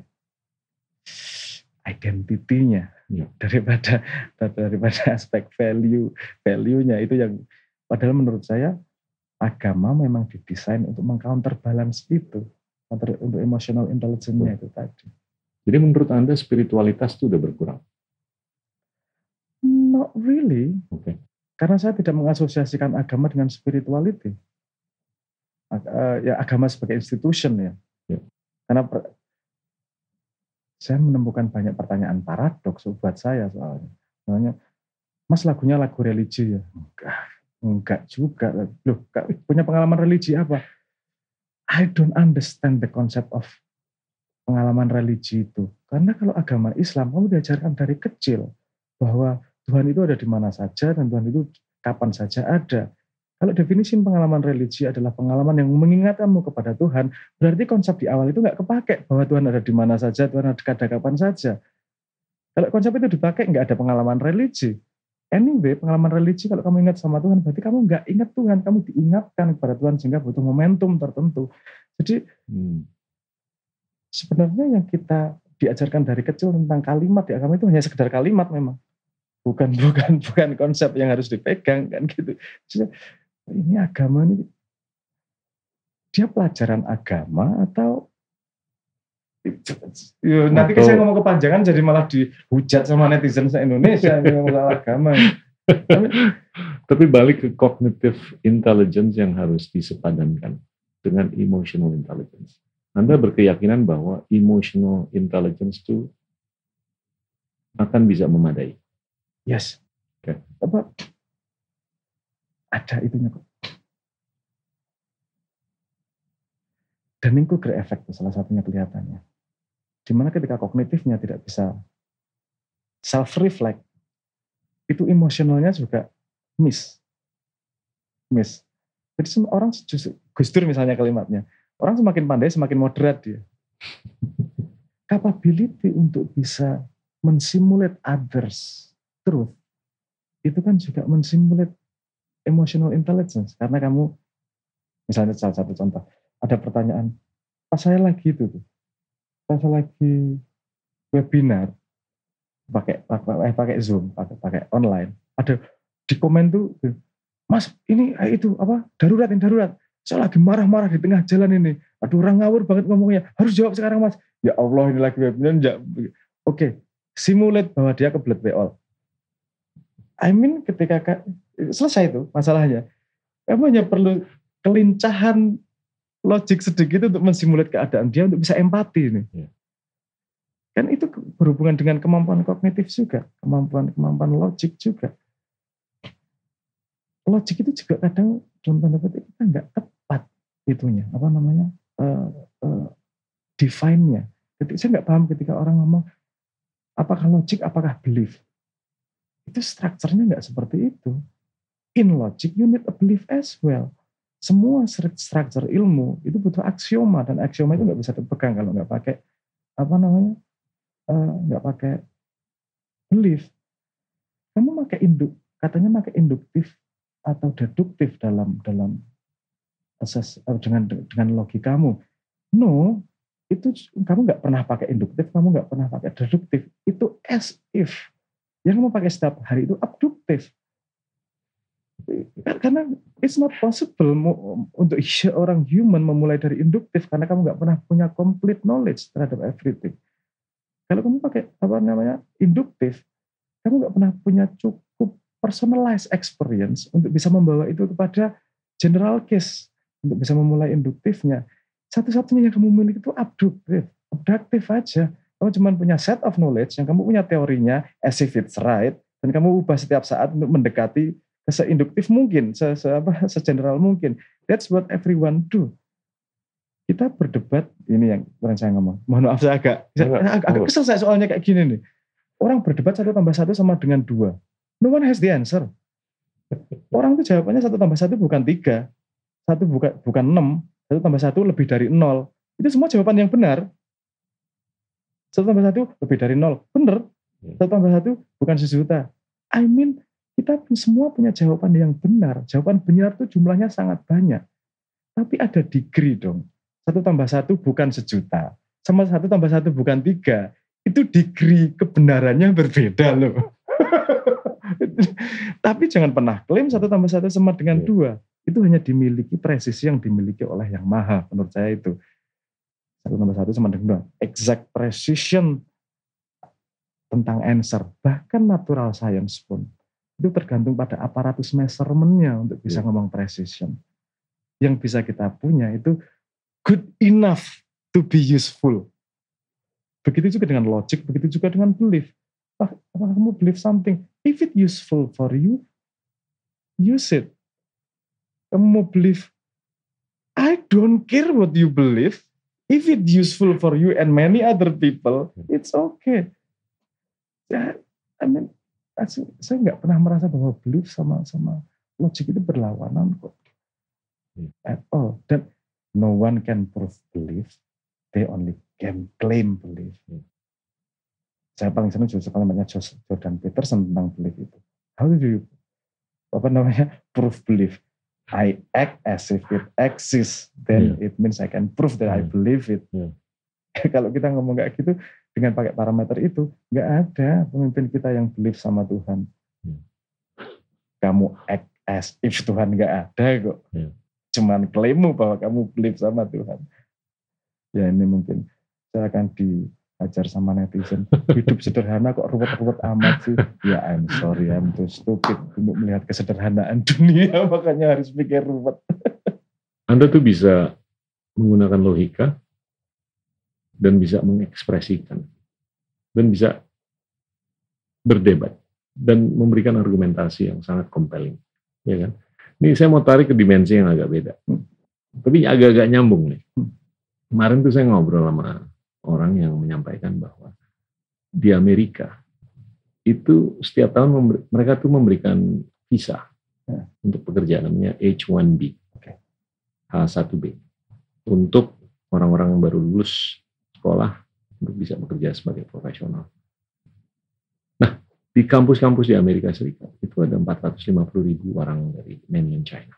identitinya daripada aspek value-nya itu yang padahal menurut saya agama memang didesain untuk mengcounterbalance itu untuk emotional intelligence-nya itu tadi. Jadi menurut Anda spiritualitas itu udah berkurang? Not really. Okay. Karena saya tidak mengasosiasikan agama dengan spirituality. Ya agama sebagai institution ya. Karena saya menemukan banyak pertanyaan paradoks buat saya soalnya. Soalnya, Mas lagunya lagu religi ya? Enggak juga. Loh, punya pengalaman religi apa? I don't understand the concept of pengalaman religi itu. Karena kalau agama Islam, kamu diajarkan dari kecil bahwa Tuhan itu ada di mana saja dan Tuhan itu kapan saja ada. Kalau definisi pengalaman religi adalah pengalaman yang mengingatkanmu kepada Tuhan, berarti konsep di awal itu nggak kepake bahwa Tuhan ada di mana saja, Tuhan ada kapan saja. Kalau konsep itu dipakai, nggak ada pengalaman religi. Anyway, pengalaman religi kalau kamu ingat sama Tuhan, berarti kamu nggak ingat Tuhan, kamu diingatkan kepada Tuhan sehingga butuh momentum tertentu. Jadi sebenarnya yang kita diajarkan dari kecil tentang kalimat di agama itu hanya sekedar kalimat memang, bukan konsep yang harus dipegang kan gitu. Jadi, ini agama ini dia pelajaran agama atau nanti saya ngomong kepanjangan jadi malah dihujat sama netizen se-Indonesia ini ngomong soal agama. Tapi balik ke cognitive intelligence yang harus disepadankan dengan emotional intelligence. Anda berkeyakinan bahwa emotional intelligence itu akan bisa memadai? Yes. Okay. Apa? Ada itunya kok. Dunning-Kruger effect salah satunya kelihatannya. Dimana ketika kognitifnya tidak bisa self-reflect, itu emosionalnya juga miss. Jadi orang Gus Dur misalnya kalimatnya, orang semakin pandai semakin moderat dia. Capability untuk bisa mensimulate others truth, itu kan juga mensimulate emotional intelligence. Karena kamu, misalnya salah satu contoh, ada pertanyaan, pas saya lagi webinar, pakai Zoom, pakai online, ada di komen tuh, Mas ini itu apa darurat. Saya lagi marah-marah di tengah jalan ini. Aduh orang ngawur banget ngomongnya. Harus jawab sekarang Mas. Ya Allah ini lagi webinar. Oke, simulate bahwa dia kebelet all. I mean ketika selesai itu masalahnya, kamu hanya perlu kelincahan logik sedikit untuk mensimulate keadaan dia untuk bisa empati ini. Kan itu berhubungan dengan kemampuan kognitif juga, kemampuan logik juga. Logik itu juga kadang dalam tanda petik kita nggak tepat itunya, apa namanya, define-nya. Saya nggak paham ketika orang ngomong apakah logik, apakah belief. Itu strukturnya nggak seperti itu. in logic you need a belief as well. Semua struktur ilmu itu butuh aksioma, dan aksioma itu nggak bisa dipegang kalau nggak pakai nggak pakai belief. Kamu katanya pakai induktif atau deduktif dalam dengan logikamu. No, itu kamu nggak pernah pakai induktif, kamu nggak pernah pakai deduktif. Itu as if. Yang kamu pakai setiap hari itu abduktif. Karena it's not possible untuk orang human memulai dari induktif karena kamu nggak pernah punya complete knowledge terhadap everything. Kalau kamu pakai induktif, kamu nggak pernah punya cukup personalized experience untuk bisa membawa itu kepada general case, untuk bisa memulai induktifnya. Satu-satunya yang kamu miliki itu abduktif aja. Kamu cuma punya set of knowledge yang kamu punya teorinya as if it's right, dan kamu ubah setiap saat untuk mendekati se-induktif mungkin, se-general mungkin. That's what everyone do. Kita berdebat, ini yang kurang saya ngomong. Mohon maaf, saya agak kesel saya soalnya kayak gini nih. Orang berdebat 1 + 1 sama dengan 2. No one has the answer. Orang itu jawabannya 1 + 1 bukan 3. 1 bukan 6. 1 + 1 lebih dari 0. Itu semua jawaban yang benar. 1 + 1 lebih dari 0. Benar. 1 + 1 bukan 1 juta. I mean, kita semua punya jawaban yang benar. Jawaban benar itu jumlahnya sangat banyak. Tapi ada degree dong. 1 + 1 bukan 1 juta. Sama 1 + 1 bukan 3. Itu degree kebenarannya berbeda loh. Tapi jangan pernah klaim 1 + 1 sama dengan 2. Itu hanya dimiliki presisi yang dimiliki oleh Yang Maha. Menurut saya itu. 1 + 1 sama dengan 2. Exact precision tentang answer. Bahkan natural science pun. Itu tergantung pada aparatus measurement-nya untuk bisa ngomong precision. Yang bisa kita punya itu good enough to be useful. Begitu juga dengan logic, begitu juga dengan belief. Apakah kamu believe something? If it useful for you, use it. Kamu mau believe, I don't care what you believe. If it useful for you and many other people, it's okay. I mean, saya nggak pernah merasa bahwa belief sama logic itu berlawanan kok. At all. Dan no one can prove belief. They only can claim belief. Saya paling senang justru kalimatnya Jordan Peterson tentang belief itu. How do you prove belief? I act as if it exists. Then it means I can prove that I believe it. Kalau kita ngomong kayak gitu dengan pakai parameter itu, nggak ada pemimpin kita yang believe sama Tuhan. Kamu act as if Tuhan nggak ada kok. Cuman klaimmu bahwa kamu believe sama Tuhan. Ya ini mungkin saya akan diajar sama netizen. Hidup sederhana kok ruwet-ruwet amat sih. Ya I'm sorry, I'm too stupid untuk melihat kesederhanaan dunia, makanya harus mikir ruwet. Anda tuh bisa menggunakan logika dan bisa mengekspresikan dan bisa berdebat dan memberikan argumentasi yang sangat compelling, ya kan? Ini saya mau tarik ke dimensi yang agak beda, tapi agak-agak nyambung nih. Kemarin tuh saya ngobrol sama orang yang menyampaikan bahwa di Amerika itu setiap tahun mereka tuh memberikan visa untuk pekerjaan namanya H1B, H1B, untuk orang-orang yang baru lulus sekolah untuk bisa bekerja sebagai profesional. Nah, di kampus-kampus di Amerika Serikat itu ada 450.000 orang dari mainland China.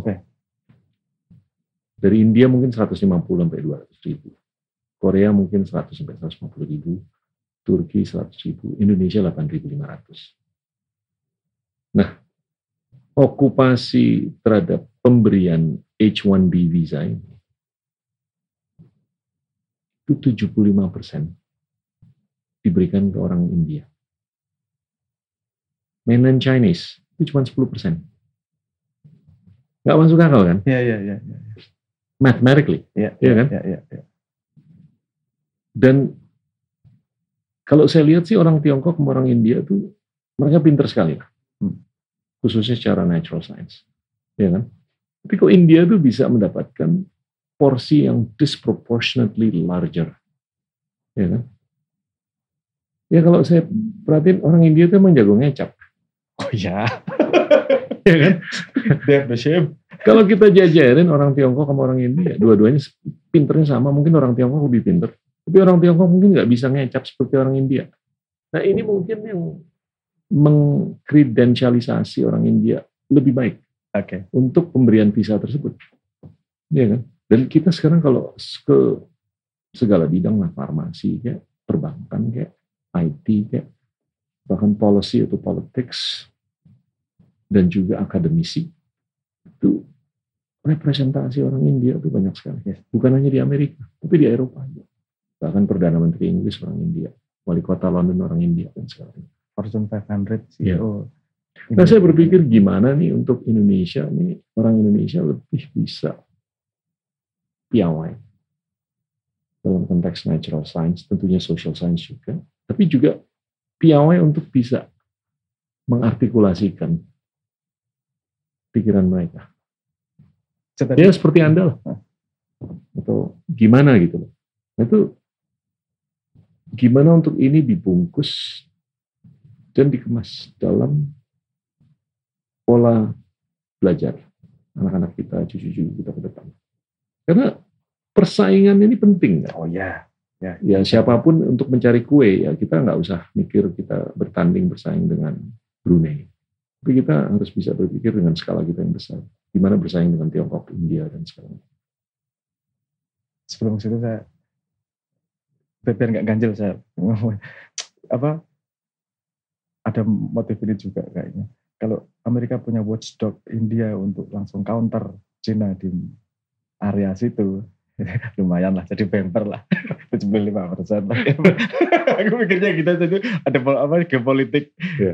Dari India mungkin 150 sampai 200.000. Korea mungkin 100 sampai 150.000. Turki 100.000. Indonesia 8.500. Nah, okupasi terhadap pemberian H1B visa ini itu 75% diberikan ke orang India. Mainland Chinese itu cuma 10%. Nggak masuk akal kan? Iya. Mathematically, ya kan? Iya. Dan kalau saya lihat sih orang Tiongkok sama orang India tuh mereka pintar sekali lah. Khususnya secara natural science. Ya kan? Tapi kok India tuh bisa mendapatkan porsi yang disproportionately larger. Ya kan? Ya kalau saya perhatiin orang India itu emang jago ngecap. Oh ya. Ya kan? They have the shape. Kalau kita jajarin orang Tiongkok sama orang India, dua-duanya pinternya sama. Mungkin orang Tiongkok lebih pinter, tapi orang Tiongkok mungkin nggak bisa ngecap seperti orang India. Nah ini mungkin yang mengkredensialisasi orang India lebih baik untuk pemberian visa tersebut. Ya kan? Dan kita sekarang kalau ke segala bidang lah, farmasi, kayak perbankan, kayak IT, kayak bahkan policy atau politics, dan juga akademisi, itu representasi orang India itu banyak sekali. Bukan hanya di Amerika, tapi di Eropa juga. Bahkan Perdana Menteri Inggris orang India, wali kota London orang India, dan sekarang. Fortune 500 CEO. Nah saya berpikir gimana nih untuk Indonesia, nih orang Indonesia lebih bisa piawai dalam konteks natural science, tentunya social science juga, tapi juga piawai untuk bisa mengartikulasikan pikiran mereka. Ya seperti Anda lah. Atau gimana gitu loh. Nah, itu gimana untuk ini dibungkus dan dikemas dalam pola belajar anak-anak kita, cucu-cucu kita ke depan. Karena persaingan ini penting. Oh ya. Ya siapapun untuk mencari kue, ya kita nggak usah mikir kita bersaing dengan Brunei. Tapi kita harus bisa berpikir dengan skala kita yang besar. Gimana bersaing dengan Tiongkok, India, dan sebagainya. Sebelum situ saya, biar nggak ganjil saya, ada motif ini juga kayaknya. Kalau Amerika punya watchdog India untuk langsung counter Cina di area situ, lumayan lah, jadi bemper lah, 75%. Aku mikirnya kita itu ada geopolitik,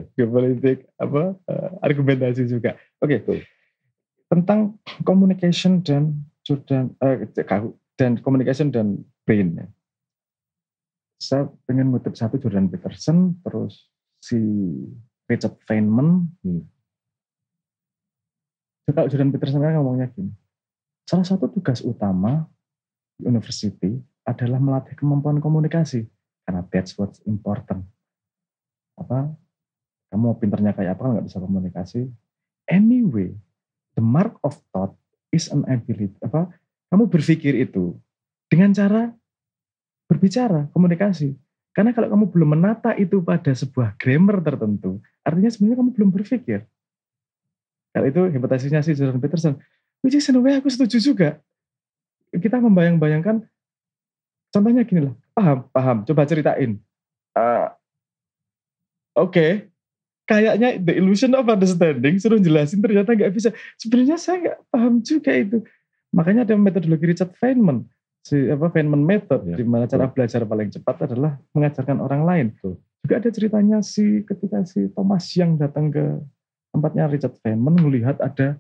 argumentasi juga. Oke. Tentang communication dan communication dan brain. Saya pengen ngutip satu Jordan Peterson, terus si Richard Feynman. Kalau Jordan Peterson kan ngomongnya gini, salah satu tugas utama university adalah melatih kemampuan komunikasi, karena that's what's important. Kamu pinternya kayak apa kalau nggak bisa komunikasi? Anyway, the mark of thought is an ability. Kamu berpikir itu dengan cara berbicara, komunikasi. Karena kalau kamu belum menata itu pada sebuah grammar tertentu, artinya sebenarnya kamu belum berpikir. Kalau itu hipotesisnya si Jordan Peterson, which is in a way aku setuju juga. Kita membayang-bayangkan, contohnya gini lah, paham, coba ceritain. Oke. Kayaknya the illusion of understanding, suruh jelasin ternyata nggak bisa. Sebenarnya saya nggak paham juga itu. Makanya ada metodologi Richard Feynman, Feynman method, di mana cara belajar paling cepat adalah mengajarkan orang lain. Juga ada ceritanya ketika si Thomas Young datang ke tempatnya Richard Feynman, melihat ada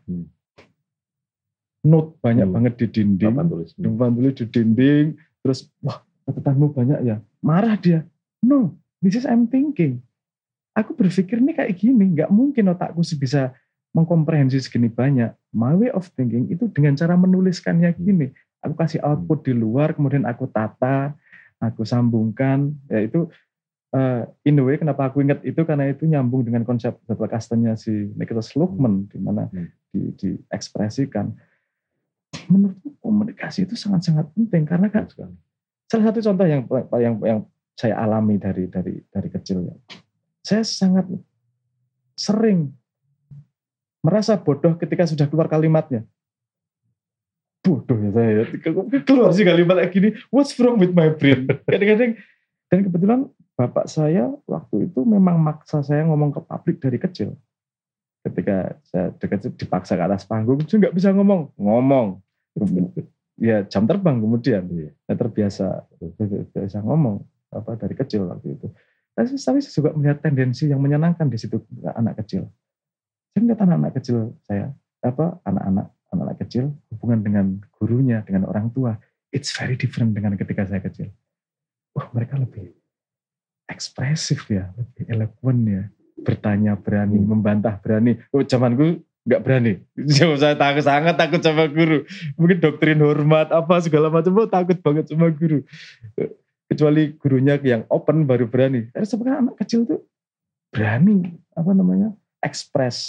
note banyak banget di dinding, papan tulis di dinding, terus wah catatanmu banyak ya, marah dia. No, this is I'm thinking. Aku berpikir ini kayak gini, nggak mungkin otakku bisa mengkomprehensi segini banyak. My way of thinking itu dengan cara menuliskannya gini. Aku kasih output di luar, kemudian aku tata, aku sambungkan. Ya itu in the way kenapa aku ingat itu, karena itu nyambung dengan konsep Kastennya si Niklas Luhmann, di mana diekspresikan. Menurutku komunikasi itu sangat-sangat penting, karena kan salah satu contoh yang saya alami dari kecil ya. Saya sangat sering merasa bodoh ketika sudah keluar kalimatnya. Bodoh ya saya. Keluar sih kalimat kayak gini. What's wrong with my brain? Kadang-kadang. Dan kebetulan bapak saya waktu itu memang maksa saya ngomong ke publik dari kecil. Ketika saya dipaksa ke atas panggung, saya nggak bisa ngomong. Ya jam terbang kemudian. Saya terbiasa ngomong dari kecil waktu itu. Tapi saya juga melihat tendensi yang menyenangkan di situ anak kecil. Saya melihat anak-anak kecil anak-anak kecil hubungan dengan gurunya, dengan orang tua, it's very different dengan ketika saya kecil. Mereka lebih ekspresif ya, lebih eloquent ya, bertanya berani, membantah berani. Zamanku nggak berani. Saya sangat takut sama guru. Mungkin doktrin hormat apa segala macam, takut banget sama guru. Kecuali gurunya yang open baru berani. Sebenarnya anak kecil tuh berani ekspres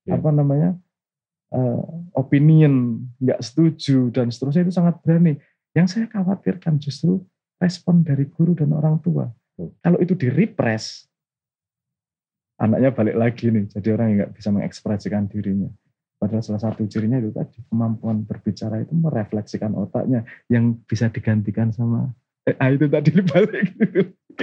apa namanya opinion, nggak setuju dan seterusnya, itu sangat berani. Yang saya khawatirkan justru respon dari guru dan orang tua. Kalau itu direpress, anaknya balik lagi nih, jadi orang yang nggak bisa mengekspresikan dirinya. Padahal salah satu cirinya itu tadi, kemampuan berbicara itu merefleksikan otaknya yang bisa digantikan sama itu tadi dibalik gitu.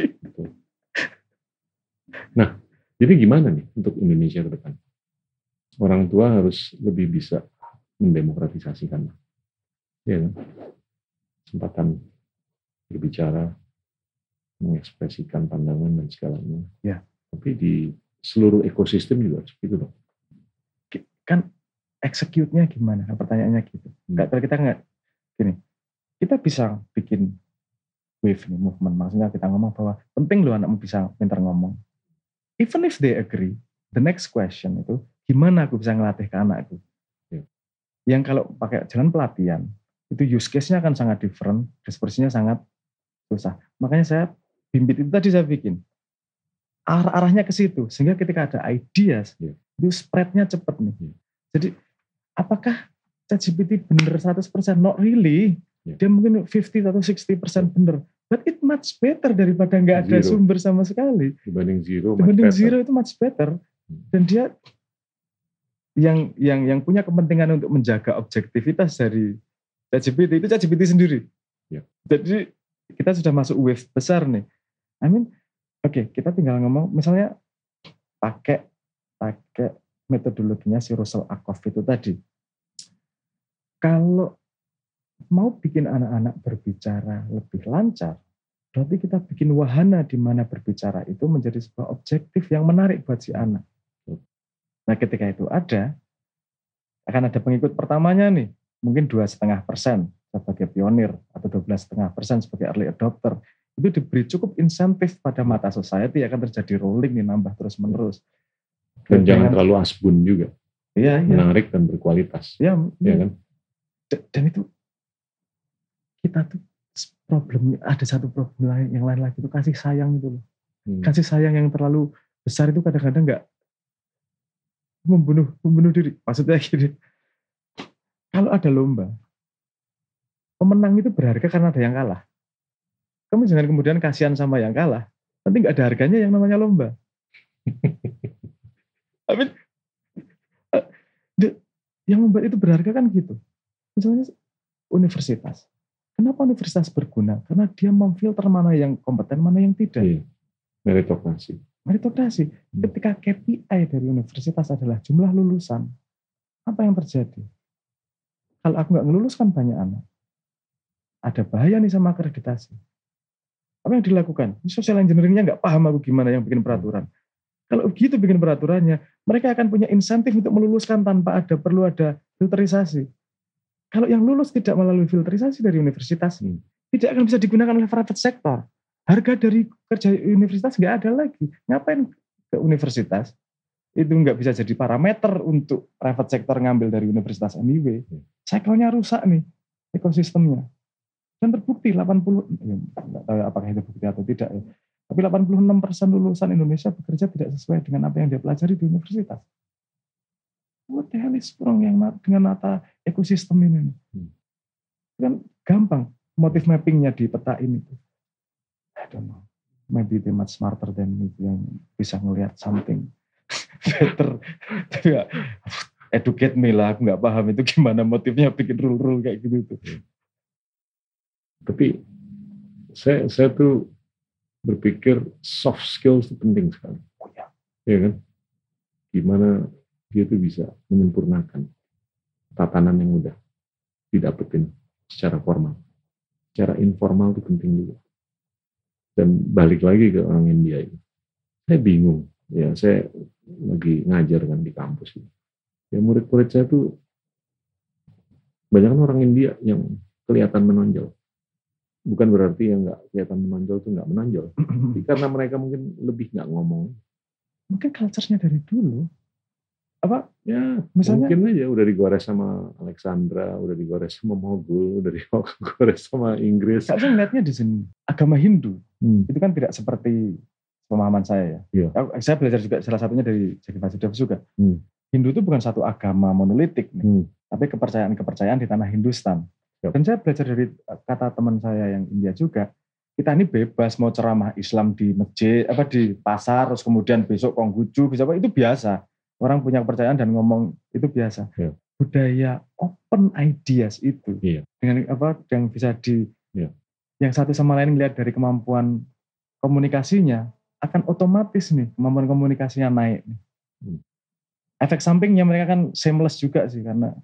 Nah, jadi gimana nih untuk Indonesia ke depan? Orang tua harus lebih bisa mendemokratisasikan, ya kan? Kesempatan berbicara, mengekspresikan pandangan dan segalanya. Ya. Tapi di seluruh ekosistem juga seperti itu dong. Kan execute-nya gimana? Pertanyaannya gitu. Kalau kita nggak gini, kita bisa bikin wave nih, movement. Maksudnya kita ngomong bahwa penting loh anakmu bisa pintar ngomong. Even if they agree, the next question itu gimana aku bisa ngelatih ke anakku? Ya. Yang kalau pakai jalan pelatihan, itu use case-nya akan sangat different, dispersinya sangat susah. Makanya saya bimbit itu tadi saya bikin. Arahnya ke situ, sehingga ketika ada ideas, itu spread-nya cepat nih. Jadi, apakah ChatGPT benar 100%? Not really. Dia mungkin 50 atau 60% benar. But it much better daripada nggak ada sumber sama sekali. Dibanding zero itu much better. Dan dia yang punya kepentingan untuk menjaga objektivitas dari ChatGPT itu ChatGPT sendiri. Jadi kita sudah masuk wave besar nih. Oke, kita tinggal ngomong, misalnya pakai metodologinya si Russell Ackoff itu tadi. Kalau mau bikin anak-anak berbicara lebih lancar, berarti kita bikin wahana di mana berbicara itu menjadi sebuah objektif yang menarik buat si anak. Nah, ketika itu ada, akan ada pengikut pertamanya nih, mungkin 2,5% sebagai pionir atau 12,5% sebagai early adopter. Itu diberi cukup insentif pada mata society, akan terjadi rolling nih, nambah terus menerus. Dan jangan terlalu asbun juga. Iya. Menarik dan berkualitas. Iya. Kan? Dan itu kita tuh problemnya, ada satu problem lain, yang lain lagi itu kasih sayang itu loh. Kasih sayang yang terlalu besar itu kadang-kadang nggak membunuh diri. Maksudnya gini, kalau ada lomba, pemenang itu berharga karena ada yang kalah. Kamu jangan kemudian kasihan sama yang kalah, nanti nggak ada harganya yang namanya lomba. Yang membuat itu berharga kan gitu. Misalnya universitas. Kenapa universitas berguna? Karena dia memfilter mana yang kompeten, mana yang tidak. Meritokrasi. Ketika KPI dari universitas adalah jumlah lulusan, apa yang terjadi? Kalau aku nggak ngeluluskan banyak anak, ada bahaya nih sama akreditasi. Apa yang dilakukan? Social engineering-nya nggak paham aku gimana yang bikin peraturan. Kalau begitu bikin peraturannya, mereka akan punya insentif untuk meluluskan tanpa perlu ada filterisasi. Kalau yang lulus tidak melalui filterisasi dari universitas, tidak akan bisa digunakan oleh private sector. Harga dari kerja universitas nggak ada lagi. Ngapain ke universitas? Itu nggak bisa jadi parameter untuk private sector ngambil dari universitas anyway. Cycle-nya rusak nih, ekosistemnya. Dan terbukti 80, nggak tahu apakah itu bukti atau tidak ya. Tapi 86% lulusan Indonesia bekerja tidak sesuai dengan apa yang dia pelajari di universitas. What the hell is wrong dengan nata ekosistem ini? Kan gampang motif mappingnya di peta ini. I don't know. Maybe they much smarter than me yang bisa ngelihat something better. Tapi ya, educate me lah, aku nggak paham itu gimana motifnya bikin rule-rule kayak gitu. Tapi saya tuh berpikir soft skills itu penting sekali. Ya kan? Gimana dia tuh bisa menyempurnakan tatanan yang udah didapetin secara formal. Secara informal itu penting juga. Dan balik lagi ke orang India ini. Saya bingung. Ya, saya lagi ngajar kan di kampus. Ya, murid-murid saya tuh banyak orang India yang kelihatan menonjol. Bukan berarti yang nggak kelihatan menonjol itu nggak menonjol. Tapi karena mereka mungkin lebih nggak ngomong. Mungkin culture-nya dari dulu. Apa? Ya, misalnya, mungkin aja udah digores sama Alexandra, udah digores sama Mogul, udah digores sama Inggris. Saya melihatnya di sini. Agama Hindu itu kan tidak seperti pemahaman saya ya. Saya belajar juga salah satunya dari Jaki Vasudev juga. Hindu itu bukan satu agama monolitik nih, Hmm. tapi kepercayaan-kepercayaan di tanah Hindustan. Yep. Dan saya belajar dari kata teman saya yang India juga, kita ini bebas mau ceramah Islam di masjid, di pasar, terus kemudian besok Konghucu, bisa apa, itu biasa. Orang punya kepercayaan dan ngomong itu biasa. Yep. Budaya open ideas itu, dengan yang bisa yang satu sama lain melihat dari kemampuan komunikasinya, akan otomatis nih kemampuan komunikasinya naik nih. Efek sampingnya mereka kan seamless juga sih, karena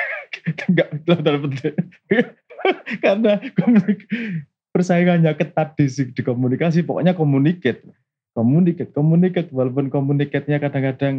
karena persaingannya ketat di komunikasi, pokoknya communicate, walaupun communicate-nya kadang-kadang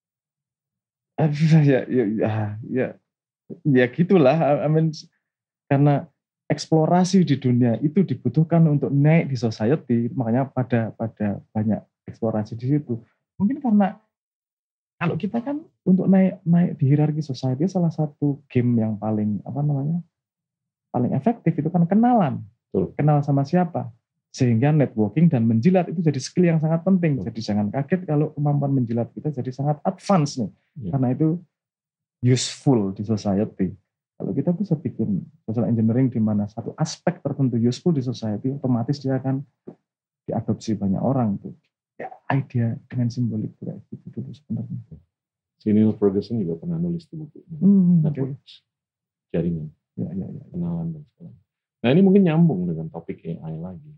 ya gitulah. Karena eksplorasi di dunia itu dibutuhkan untuk naik di society, makanya pada banyak eksplorasi di situ. Mungkin karena kalau kita kan untuk naik di hierarki society, salah satu game yang paling paling efektif itu kan kenalan. Kenal sama siapa, sehingga networking dan menjilat itu jadi skill yang sangat penting. Jadi jangan kaget kalau kemampuan menjilat kita jadi sangat advance nih, karena itu useful di society. Kalau kita bisa bikin social engineering di mana satu aspek tertentu useful di society, otomatis dia akan diadopsi banyak orang tuh. Ya, ide dengan simbolik kayak gitu dulu sebenarnya. Si Neil Ferguson juga pernah nulis di buku Networks, jaringan, kenalan dan sebagainya. Nah ini mungkin nyambung dengan topik AI lagi.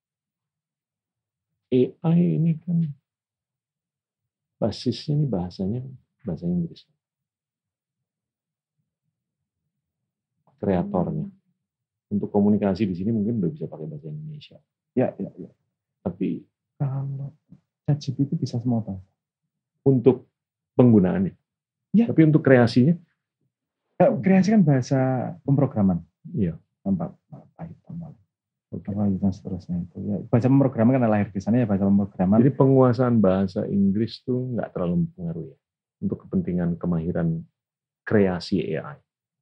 AI ini kan basisnya ini bahasanya bahasa Inggris. Kreatornya. Untuk komunikasi di sini mungkin udah bisa pakai bahasa Indonesia. Ya. Tapi kalau ChatGPT bisa semua bahasa. Untuk penggunaannya. Ya. Tapi untuk kreasinya? Kreasi kan bahasa pemrograman. Iya. Tanpa Python. Dan seterusnya itu. Ya, bahasa pemrograman kan lahir di sana ya, bahasa pemrograman. Jadi penguasaan bahasa Inggris tuh nggak terlalu mempengaruhi ya, untuk kepentingan kemahiran kreasi AI.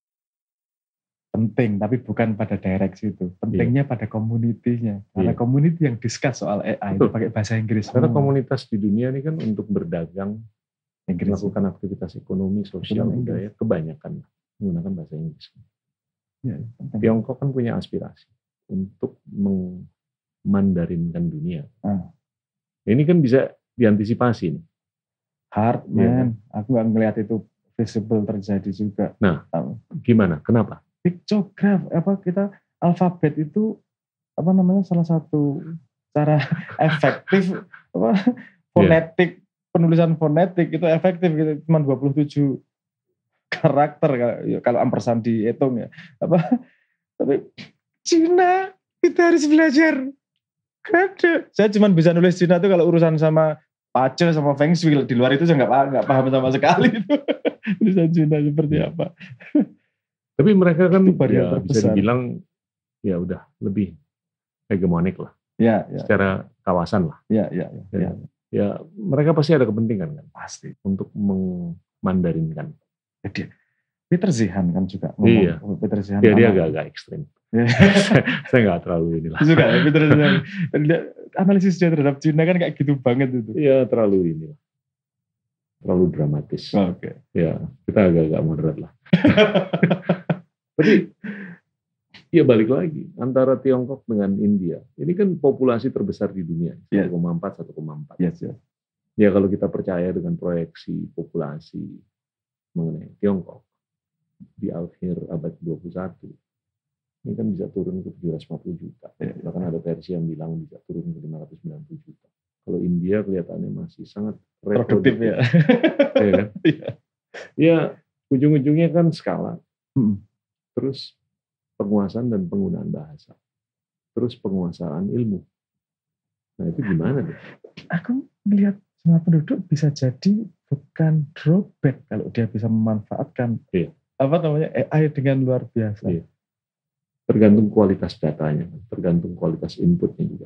Penting, tapi bukan pada direksi itu. Pentingnya pada community-nya. Karena community yang discuss soal AI itu pakai bahasa Inggris. Karena komunitas di dunia ini kan untuk berdagang, melakukan aktivitas ekonomi, sosial, budaya, kebanyakan menggunakan bahasa Inggris. Ya, Tiongkok kan punya aspirasi untuk memandarinkan dunia. Ini kan bisa diantisipasi nih. Hard, man. Aku nggak ngelihat itu visible terjadi juga. Nah, gimana? Kenapa? Pictograph, kita alfabet itu salah satu cara efektif fonetik, penulisan fonetik itu efektif gitu, cuma 27 karakter kalau ampersand dihitung ya. Tapi Cina kita harus belajar. Saya cuma bisa nulis Cina tuh kalau urusan sama pace sama feng shui, di luar itu saya nggak paham sama sekali itu. Tulisan Cina seperti apa. Tapi mereka kan ya, bisa dibilang ya udah lebih hegemonik lah. Ya. Secara kawasan lah. Ya, mereka pasti ada kepentingan kan. Pasti. Untuk memandarinkan. Jadi Peter Zihan kan juga ngomong. Iya. Peter Zihan. Dia agak ekstrim. Saya nggak terlalu inilah. Juga ya, Peter Zihan. Analisis dia terhadap Cina kan kayak gitu banget itu. Iya, terlalu inilah. Terlalu dramatis. Oke. Ya, kita agak moderat lah. Tapi ya balik lagi antara Tiongkok dengan India. Ini kan populasi terbesar di dunia, 1,4. Yes. Ya kalau kita percaya dengan proyeksi populasi mengenai Tiongkok di akhir abad 21, ini kan bisa turun ke 750 juta. Bahkan ada versi yang bilang bisa turun ke 590 juta. Kalau India kelihatannya masih sangat produktif ya. Ya kan? Ya, ujung-ujungnya kan skala. Terus penguasaan dan penggunaan bahasa. Terus penguasaan ilmu. Nah itu gimana deh? Aku melihat semua penduduk bisa jadi bukan drawback kalau dia bisa memanfaatkan AI dengan luar biasa. Iya. Tergantung kualitas datanya, tergantung kualitas inputnya juga.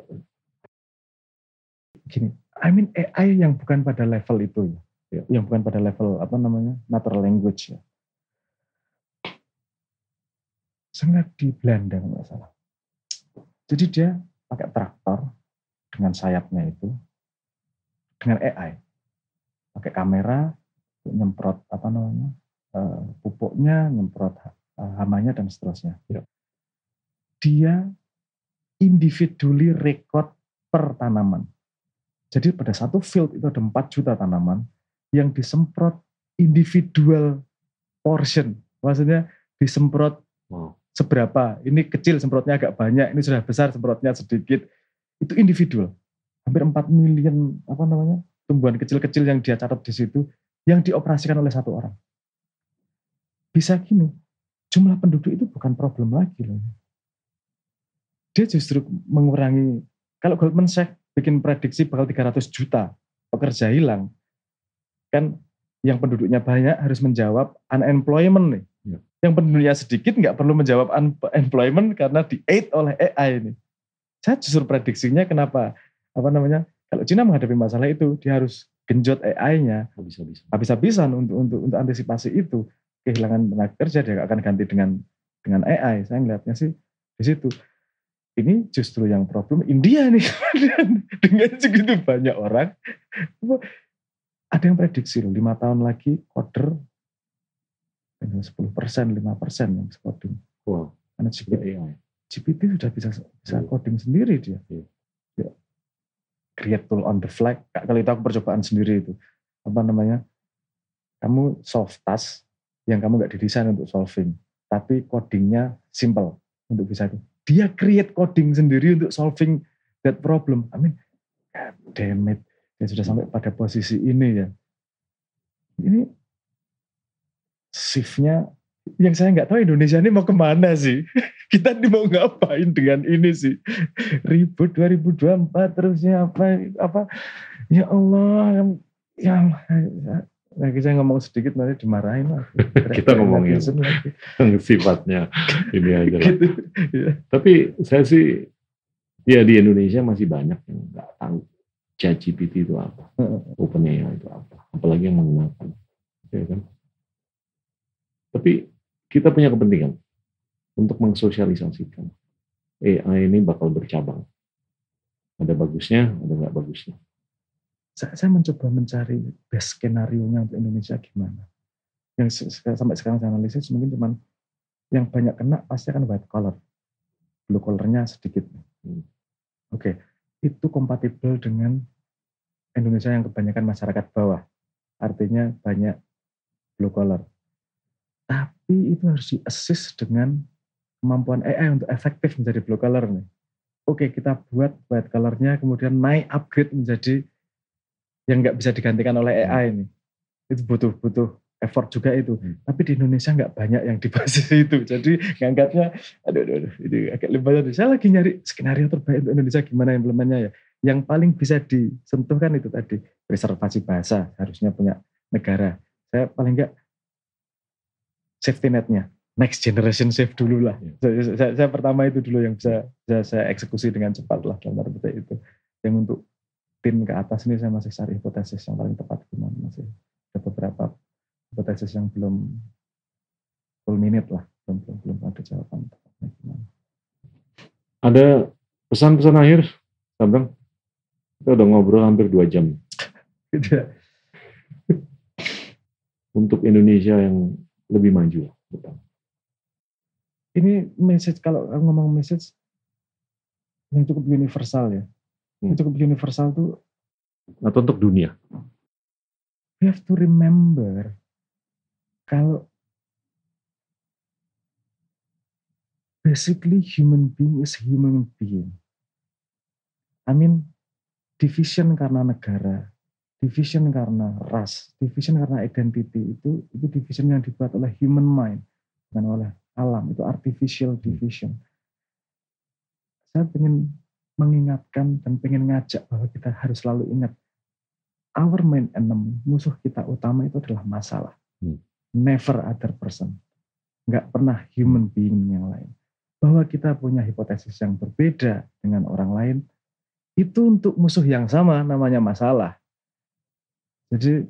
Gini, AI yang bukan pada level itu ya. Yang bukan pada level natural language ya. Sangat di Belanda nggak salah. Jadi dia pakai traktor dengan sayapnya itu, dengan AI, pakai kamera, nyemprot pupuknya, nyemprot hamanya dan seterusnya. Ya. Dia individually record per tanaman. Jadi pada satu field itu ada 4 juta tanaman yang disemprot individual portion. Maksudnya disemprot seberapa. Ini kecil semprotnya agak banyak, ini sudah besar semprotnya sedikit. Itu individual. Hampir 4 million tumbuhan kecil-kecil yang dia catat di situ yang dioperasikan oleh satu orang. Bisa gini, jumlah penduduk itu bukan problem lagi loh. Dia justru mengurangi, kalau Goldman Sachs bikin prediksi bakal 300 juta pekerja hilang, kan yang penduduknya banyak harus menjawab unemployment nih. Ya. Yang penduduknya sedikit nggak perlu menjawab unemployment karena di-aid oleh AI ini. Saya justru prediksinya kenapa, kalau Cina menghadapi masalah itu, dia harus genjot AI-nya habis-habisan untuk antisipasi itu. Kehilangan tenaga kerja dia akan ganti dengan AI. Saya ngelihatnya sih di situ. Ini justru yang problem India nih. Dengan segitu banyak orang. Ada yang prediksi loh, 5 tahun lagi coder 10%, 5% yang coding. Wow. Karena GPT sudah bisa coding sendiri dia. Ya. Create tool on the fly. Kalau itu aku percobaan sendiri itu. Kamu solve task yang kamu nggak didesain untuk solving, tapi codingnya simple untuk bisa itu. Dia create coding sendiri untuk solving that problem. I mean, God damn it. Dia sudah sampai pada posisi ini ya. Ini shift-nya yang saya nggak tahu Indonesia ini mau kemana sih. Kita ini mau ngapain dengan ini sih. Ribut 2024 terusnya apa. Ya Allah. Lagi saya ngomong sedikit nanti dimarahin lah. Kita ngomongin sifatnya ini aja lah. Gitu, ya. Tapi saya sih ya di Indonesia masih banyak yang nggak tahu ChatGPT itu apa, OpenAI itu apa, apalagi yang menggunakan, ya kan? Tapi kita punya kepentingan untuk mensosialisasikan AI ini bakal bercabang. Ada bagusnya, ada nggak bagusnya. Saya mencoba mencari best skenario-nya untuk Indonesia gimana. Yang sampai sekarang saya analisis mungkin cuman yang banyak kena pasti akan white collar. Blue collar-nya sedikit. Oke, itu kompatibel dengan Indonesia yang kebanyakan masyarakat bawah. Artinya banyak blue collar. Tapi itu harus di-assist dengan kemampuan AI untuk efektif menjadi blue collar nih. Oke, kita buat white collar-nya kemudian naik upgrade menjadi yang nggak bisa digantikan oleh AI ini. Itu butuh effort juga itu. Tapi di Indonesia nggak banyak yang dibahas itu. Jadi ngangkatnya, aduh, ini agak lembaga. Saya lagi nyari skenario terbaik untuk Indonesia gimana implementnya ya. Yang paling bisa disentuh kan itu tadi, preservasi bahasa harusnya punya negara. Saya paling nggak safety net-nya, next generation save dulu lah. Saya pertama itu dulu yang bisa saya eksekusi dengan cepat lah dalam arti itu. Yang untuk tim ke atas ini saya masih cari hipotesis yang paling tepat gimana, masih ada beberapa hipotesis yang belum full minute lah, belum ada jawaban tepatnya gimana. Ada pesan-pesan akhir, Sabrang? Kita udah ngobrol hampir 2 jam. Untuk Indonesia yang lebih maju. Ini message, kalau ngomong message yang cukup universal ya. Cukup universal tuh atau untuk dunia. We have to remember kalau basically human being is human being. I mean division karena negara, division karena ras, division karena identity itu division yang dibuat oleh human mind bukan oleh alam, itu artificial division. Saya ingin mengingatkan dan pengen ngajak bahwa kita harus selalu ingat our main enemy, musuh kita utama itu adalah masalah. Never other person. Nggak pernah human being yang lain. Bahwa kita punya hipotesis yang berbeda dengan orang lain, itu untuk musuh yang sama namanya masalah. Jadi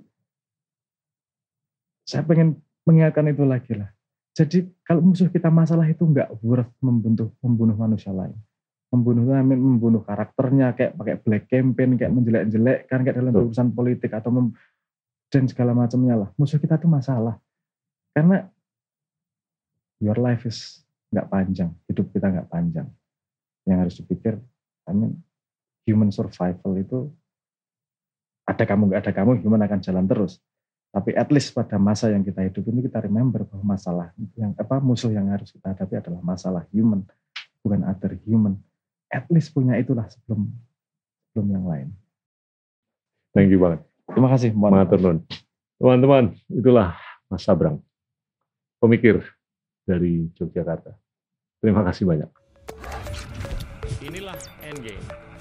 saya pengen mengingatkan itu lagi lah. Jadi kalau musuh kita masalah itu nggak worth membunuh manusia lain. Membunuh karakternya kayak pakai black campaign, kayak menjelek-jelekkan kayak dalam urusan politik atau dan segala macamnya lah. Musuh kita tuh masalah. Karena your life is nggak panjang, hidup kita nggak panjang. Yang harus dipikir, human survival itu ada kamu nggak ada kamu, human akan jalan terus. Tapi at least pada masa yang kita hidup ini kita remember bahwa masalah yang musuh yang harus kita hadapi adalah masalah human, bukan other human. At least punya itulah sebelum yang lain. Thank you banget. Terima kasih. Matur nuwun. Teman-teman, itulah Mas Sabrang, pemikir dari Yogyakarta. Terima kasih banyak. Inilah Endgame.